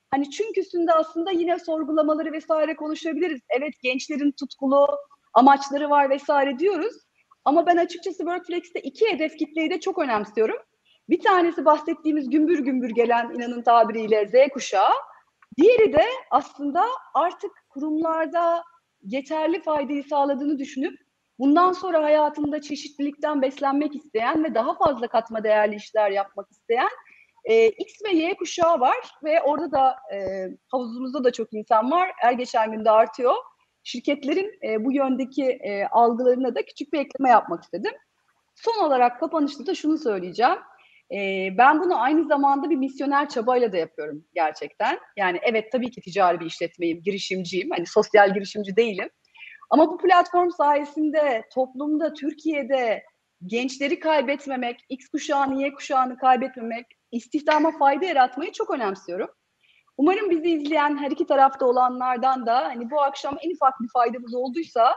Hani çünküsünde aslında yine sorgulamaları vesaire konuşabiliriz. Evet, gençlerin tutkulu amaçları var vesaire diyoruz. Ama ben açıkçası Workflex'te iki hedef kitleyi de çok önemsiyorum. Bir tanesi bahsettiğimiz gümbür gümbür gelen, inanın tabiriyle, Z kuşağı. Diğeri de aslında artık kurumlarda yeterli faydayı sağladığını düşünüp bundan sonra hayatında çeşitlilikten beslenmek isteyen ve daha fazla katma değerli işler yapmak isteyen e, X ve Y kuşağı var ve orada da e, havuzumuzda da çok insan var. Her geçen gün de artıyor. Şirketlerin e, bu yöndeki e, algılarına da küçük bir ekleme yapmak istedim. Son olarak kapanışta da şunu söyleyeceğim. E, ben bunu aynı zamanda bir misyoner çabayla da yapıyorum gerçekten. Yani evet, tabii ki ticari bir işletmeyim, girişimciyim. Hani sosyal girişimci değilim. Ama bu platform sayesinde toplumda, Türkiye'de gençleri kaybetmemek, X kuşağını, Y kuşağını kaybetmemek, istihdama fayda yaratmayı çok önemsiyorum. Umarım bizi izleyen her iki tarafta olanlardan da hani bu akşam en ufak bir faydamız olduysa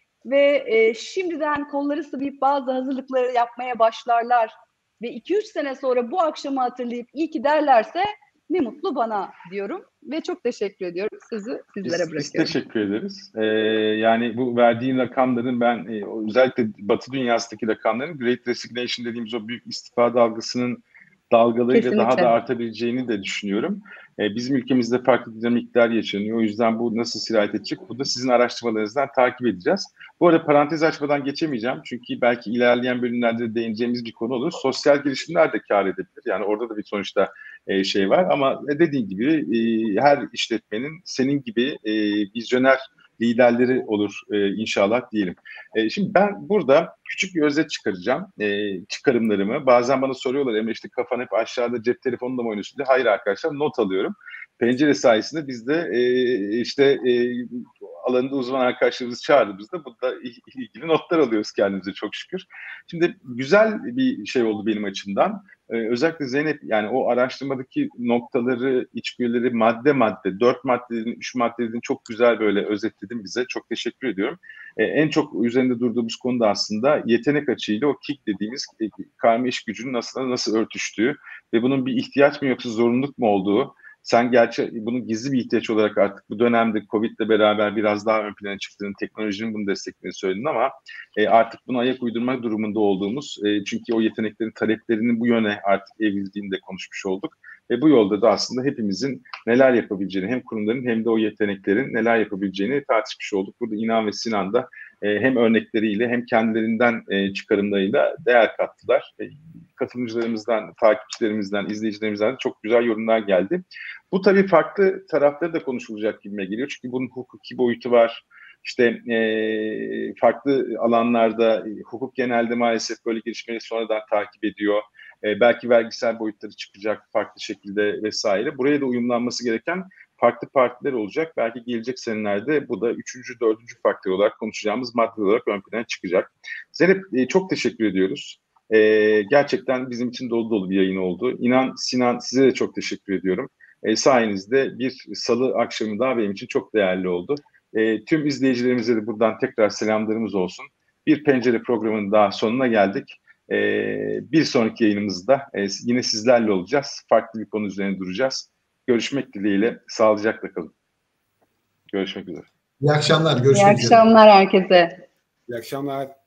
ve e, şimdiden kolları sıvayıp bazı hazırlıkları yapmaya başlarlar ve iki üç sene sonra bu akşamı hatırlayıp iyi ki derlerse ne mutlu bana diyorum ve çok teşekkür ediyorum. Sözü sizlere Biz, bırakıyorum. biz teşekkür ederiz. Ee, yani bu verdiğin rakamların ben e, özellikle Batı dünyasındaki rakamların Great Resignation dediğimiz o büyük istifa dalgasının dalgalarıyla Kesinlikle. daha da artabileceğini de düşünüyorum. Ee, bizim ülkemizde farklı dinamikler yaşanıyor. O yüzden bu nasıl sirayet edecek? Bu da sizin araştırmalarınızdan takip edeceğiz. Bu arada parantez açmadan geçemeyeceğim. Çünkü belki ilerleyen bölümlerde değineceğimiz bir konu olur. Sosyal girişimler de kâr edebilir. Yani orada da bir sonuçta e, şey var. Ama dediğin gibi e, her işletmenin senin gibi e, vizyoner liderleri olur e, inşallah diyelim. E, şimdi ben burada küçük bir özet çıkaracağım. E, çıkarımlarımı. Bazen bana soruyorlar, Emre işte kafan hep aşağıda, cep telefonunda mı oynuyorsun diye. Hayır arkadaşlar, not alıyorum. Pencere sayesinde biz de e, işte e, alanında uzman arkadaşlarımızı çağırdığımızda burada ilgili notlar alıyoruz kendimize çok şükür. Şimdi güzel bir şey oldu benim açımdan. Ee, özellikle Zeynep, yani o araştırmadaki noktaları, içgörüleri madde madde, dört maddelerin, üç maddelerin çok güzel böyle özetledin bize. Çok teşekkür ediyorum. Ee, en çok üzerinde durduğumuz konu da aslında yetenek açığıyla o kick dediğimiz e, karma iş gücünün aslında nasıl örtüştüğü ve bunun bir ihtiyaç mı yoksa zorunluluk mu olduğu. Sen gerçi bunun gizli bir ihtiyaç olarak artık bu dönemde Covid'le beraber biraz daha ön plana çıktığını, teknolojinin bunu desteklediğini söyledin ama e, artık buna ayak uydurmak durumunda olduğumuz, e, çünkü o yeteneklerin taleplerinin bu yöne artık evrildiğini de konuşmuş olduk. Ve bu yolda da aslında hepimizin neler yapabileceğini, hem kurumların hem de o yeteneklerin neler yapabileceğini tartışmış olduk. Burada İnan ve Sinan da e, hem örnekleriyle hem kendilerinden e, çıkarımlarıyla değer kattılar. E, katılımcılarımızdan, takipçilerimizden, izleyicilerimizden de çok güzel yorumlar geldi. Bu tabii farklı tarafları da konuşulacak gibime geliyor. Çünkü bunun hukuki boyutu var. İşte e, farklı alanlarda e, hukuk genelde maalesef böyle gelişmeleri sonradan takip ediyor. E, belki vergisel boyutları çıkacak farklı şekilde vesaire. Buraya da uyumlanması gereken farklı partiler olacak. Belki gelecek senelerde bu da üçüncü, dördüncü faktör olarak konuşacağımız madde olarak ön plana çıkacak. Zeynep, e, çok teşekkür ediyoruz. E, gerçekten bizim için dolu dolu bir yayın oldu. İnan, Sinan, size de çok teşekkür ediyorum. E, sayenizde bir salı akşamı daha benim için çok değerli oldu. E, tüm izleyicilerimize de buradan tekrar selamlarımız olsun. Bir pencere programının daha sonuna geldik. E, bir sonraki yayınımızda e, yine sizlerle olacağız. Farklı bir konu üzerine duracağız. Görüşmek dileğiyle. Sağlıcakla kalın. Görüşmek üzere. İyi akşamlar. Görüşmek üzere. İyi akşamlar herkese. İyi akşamlar.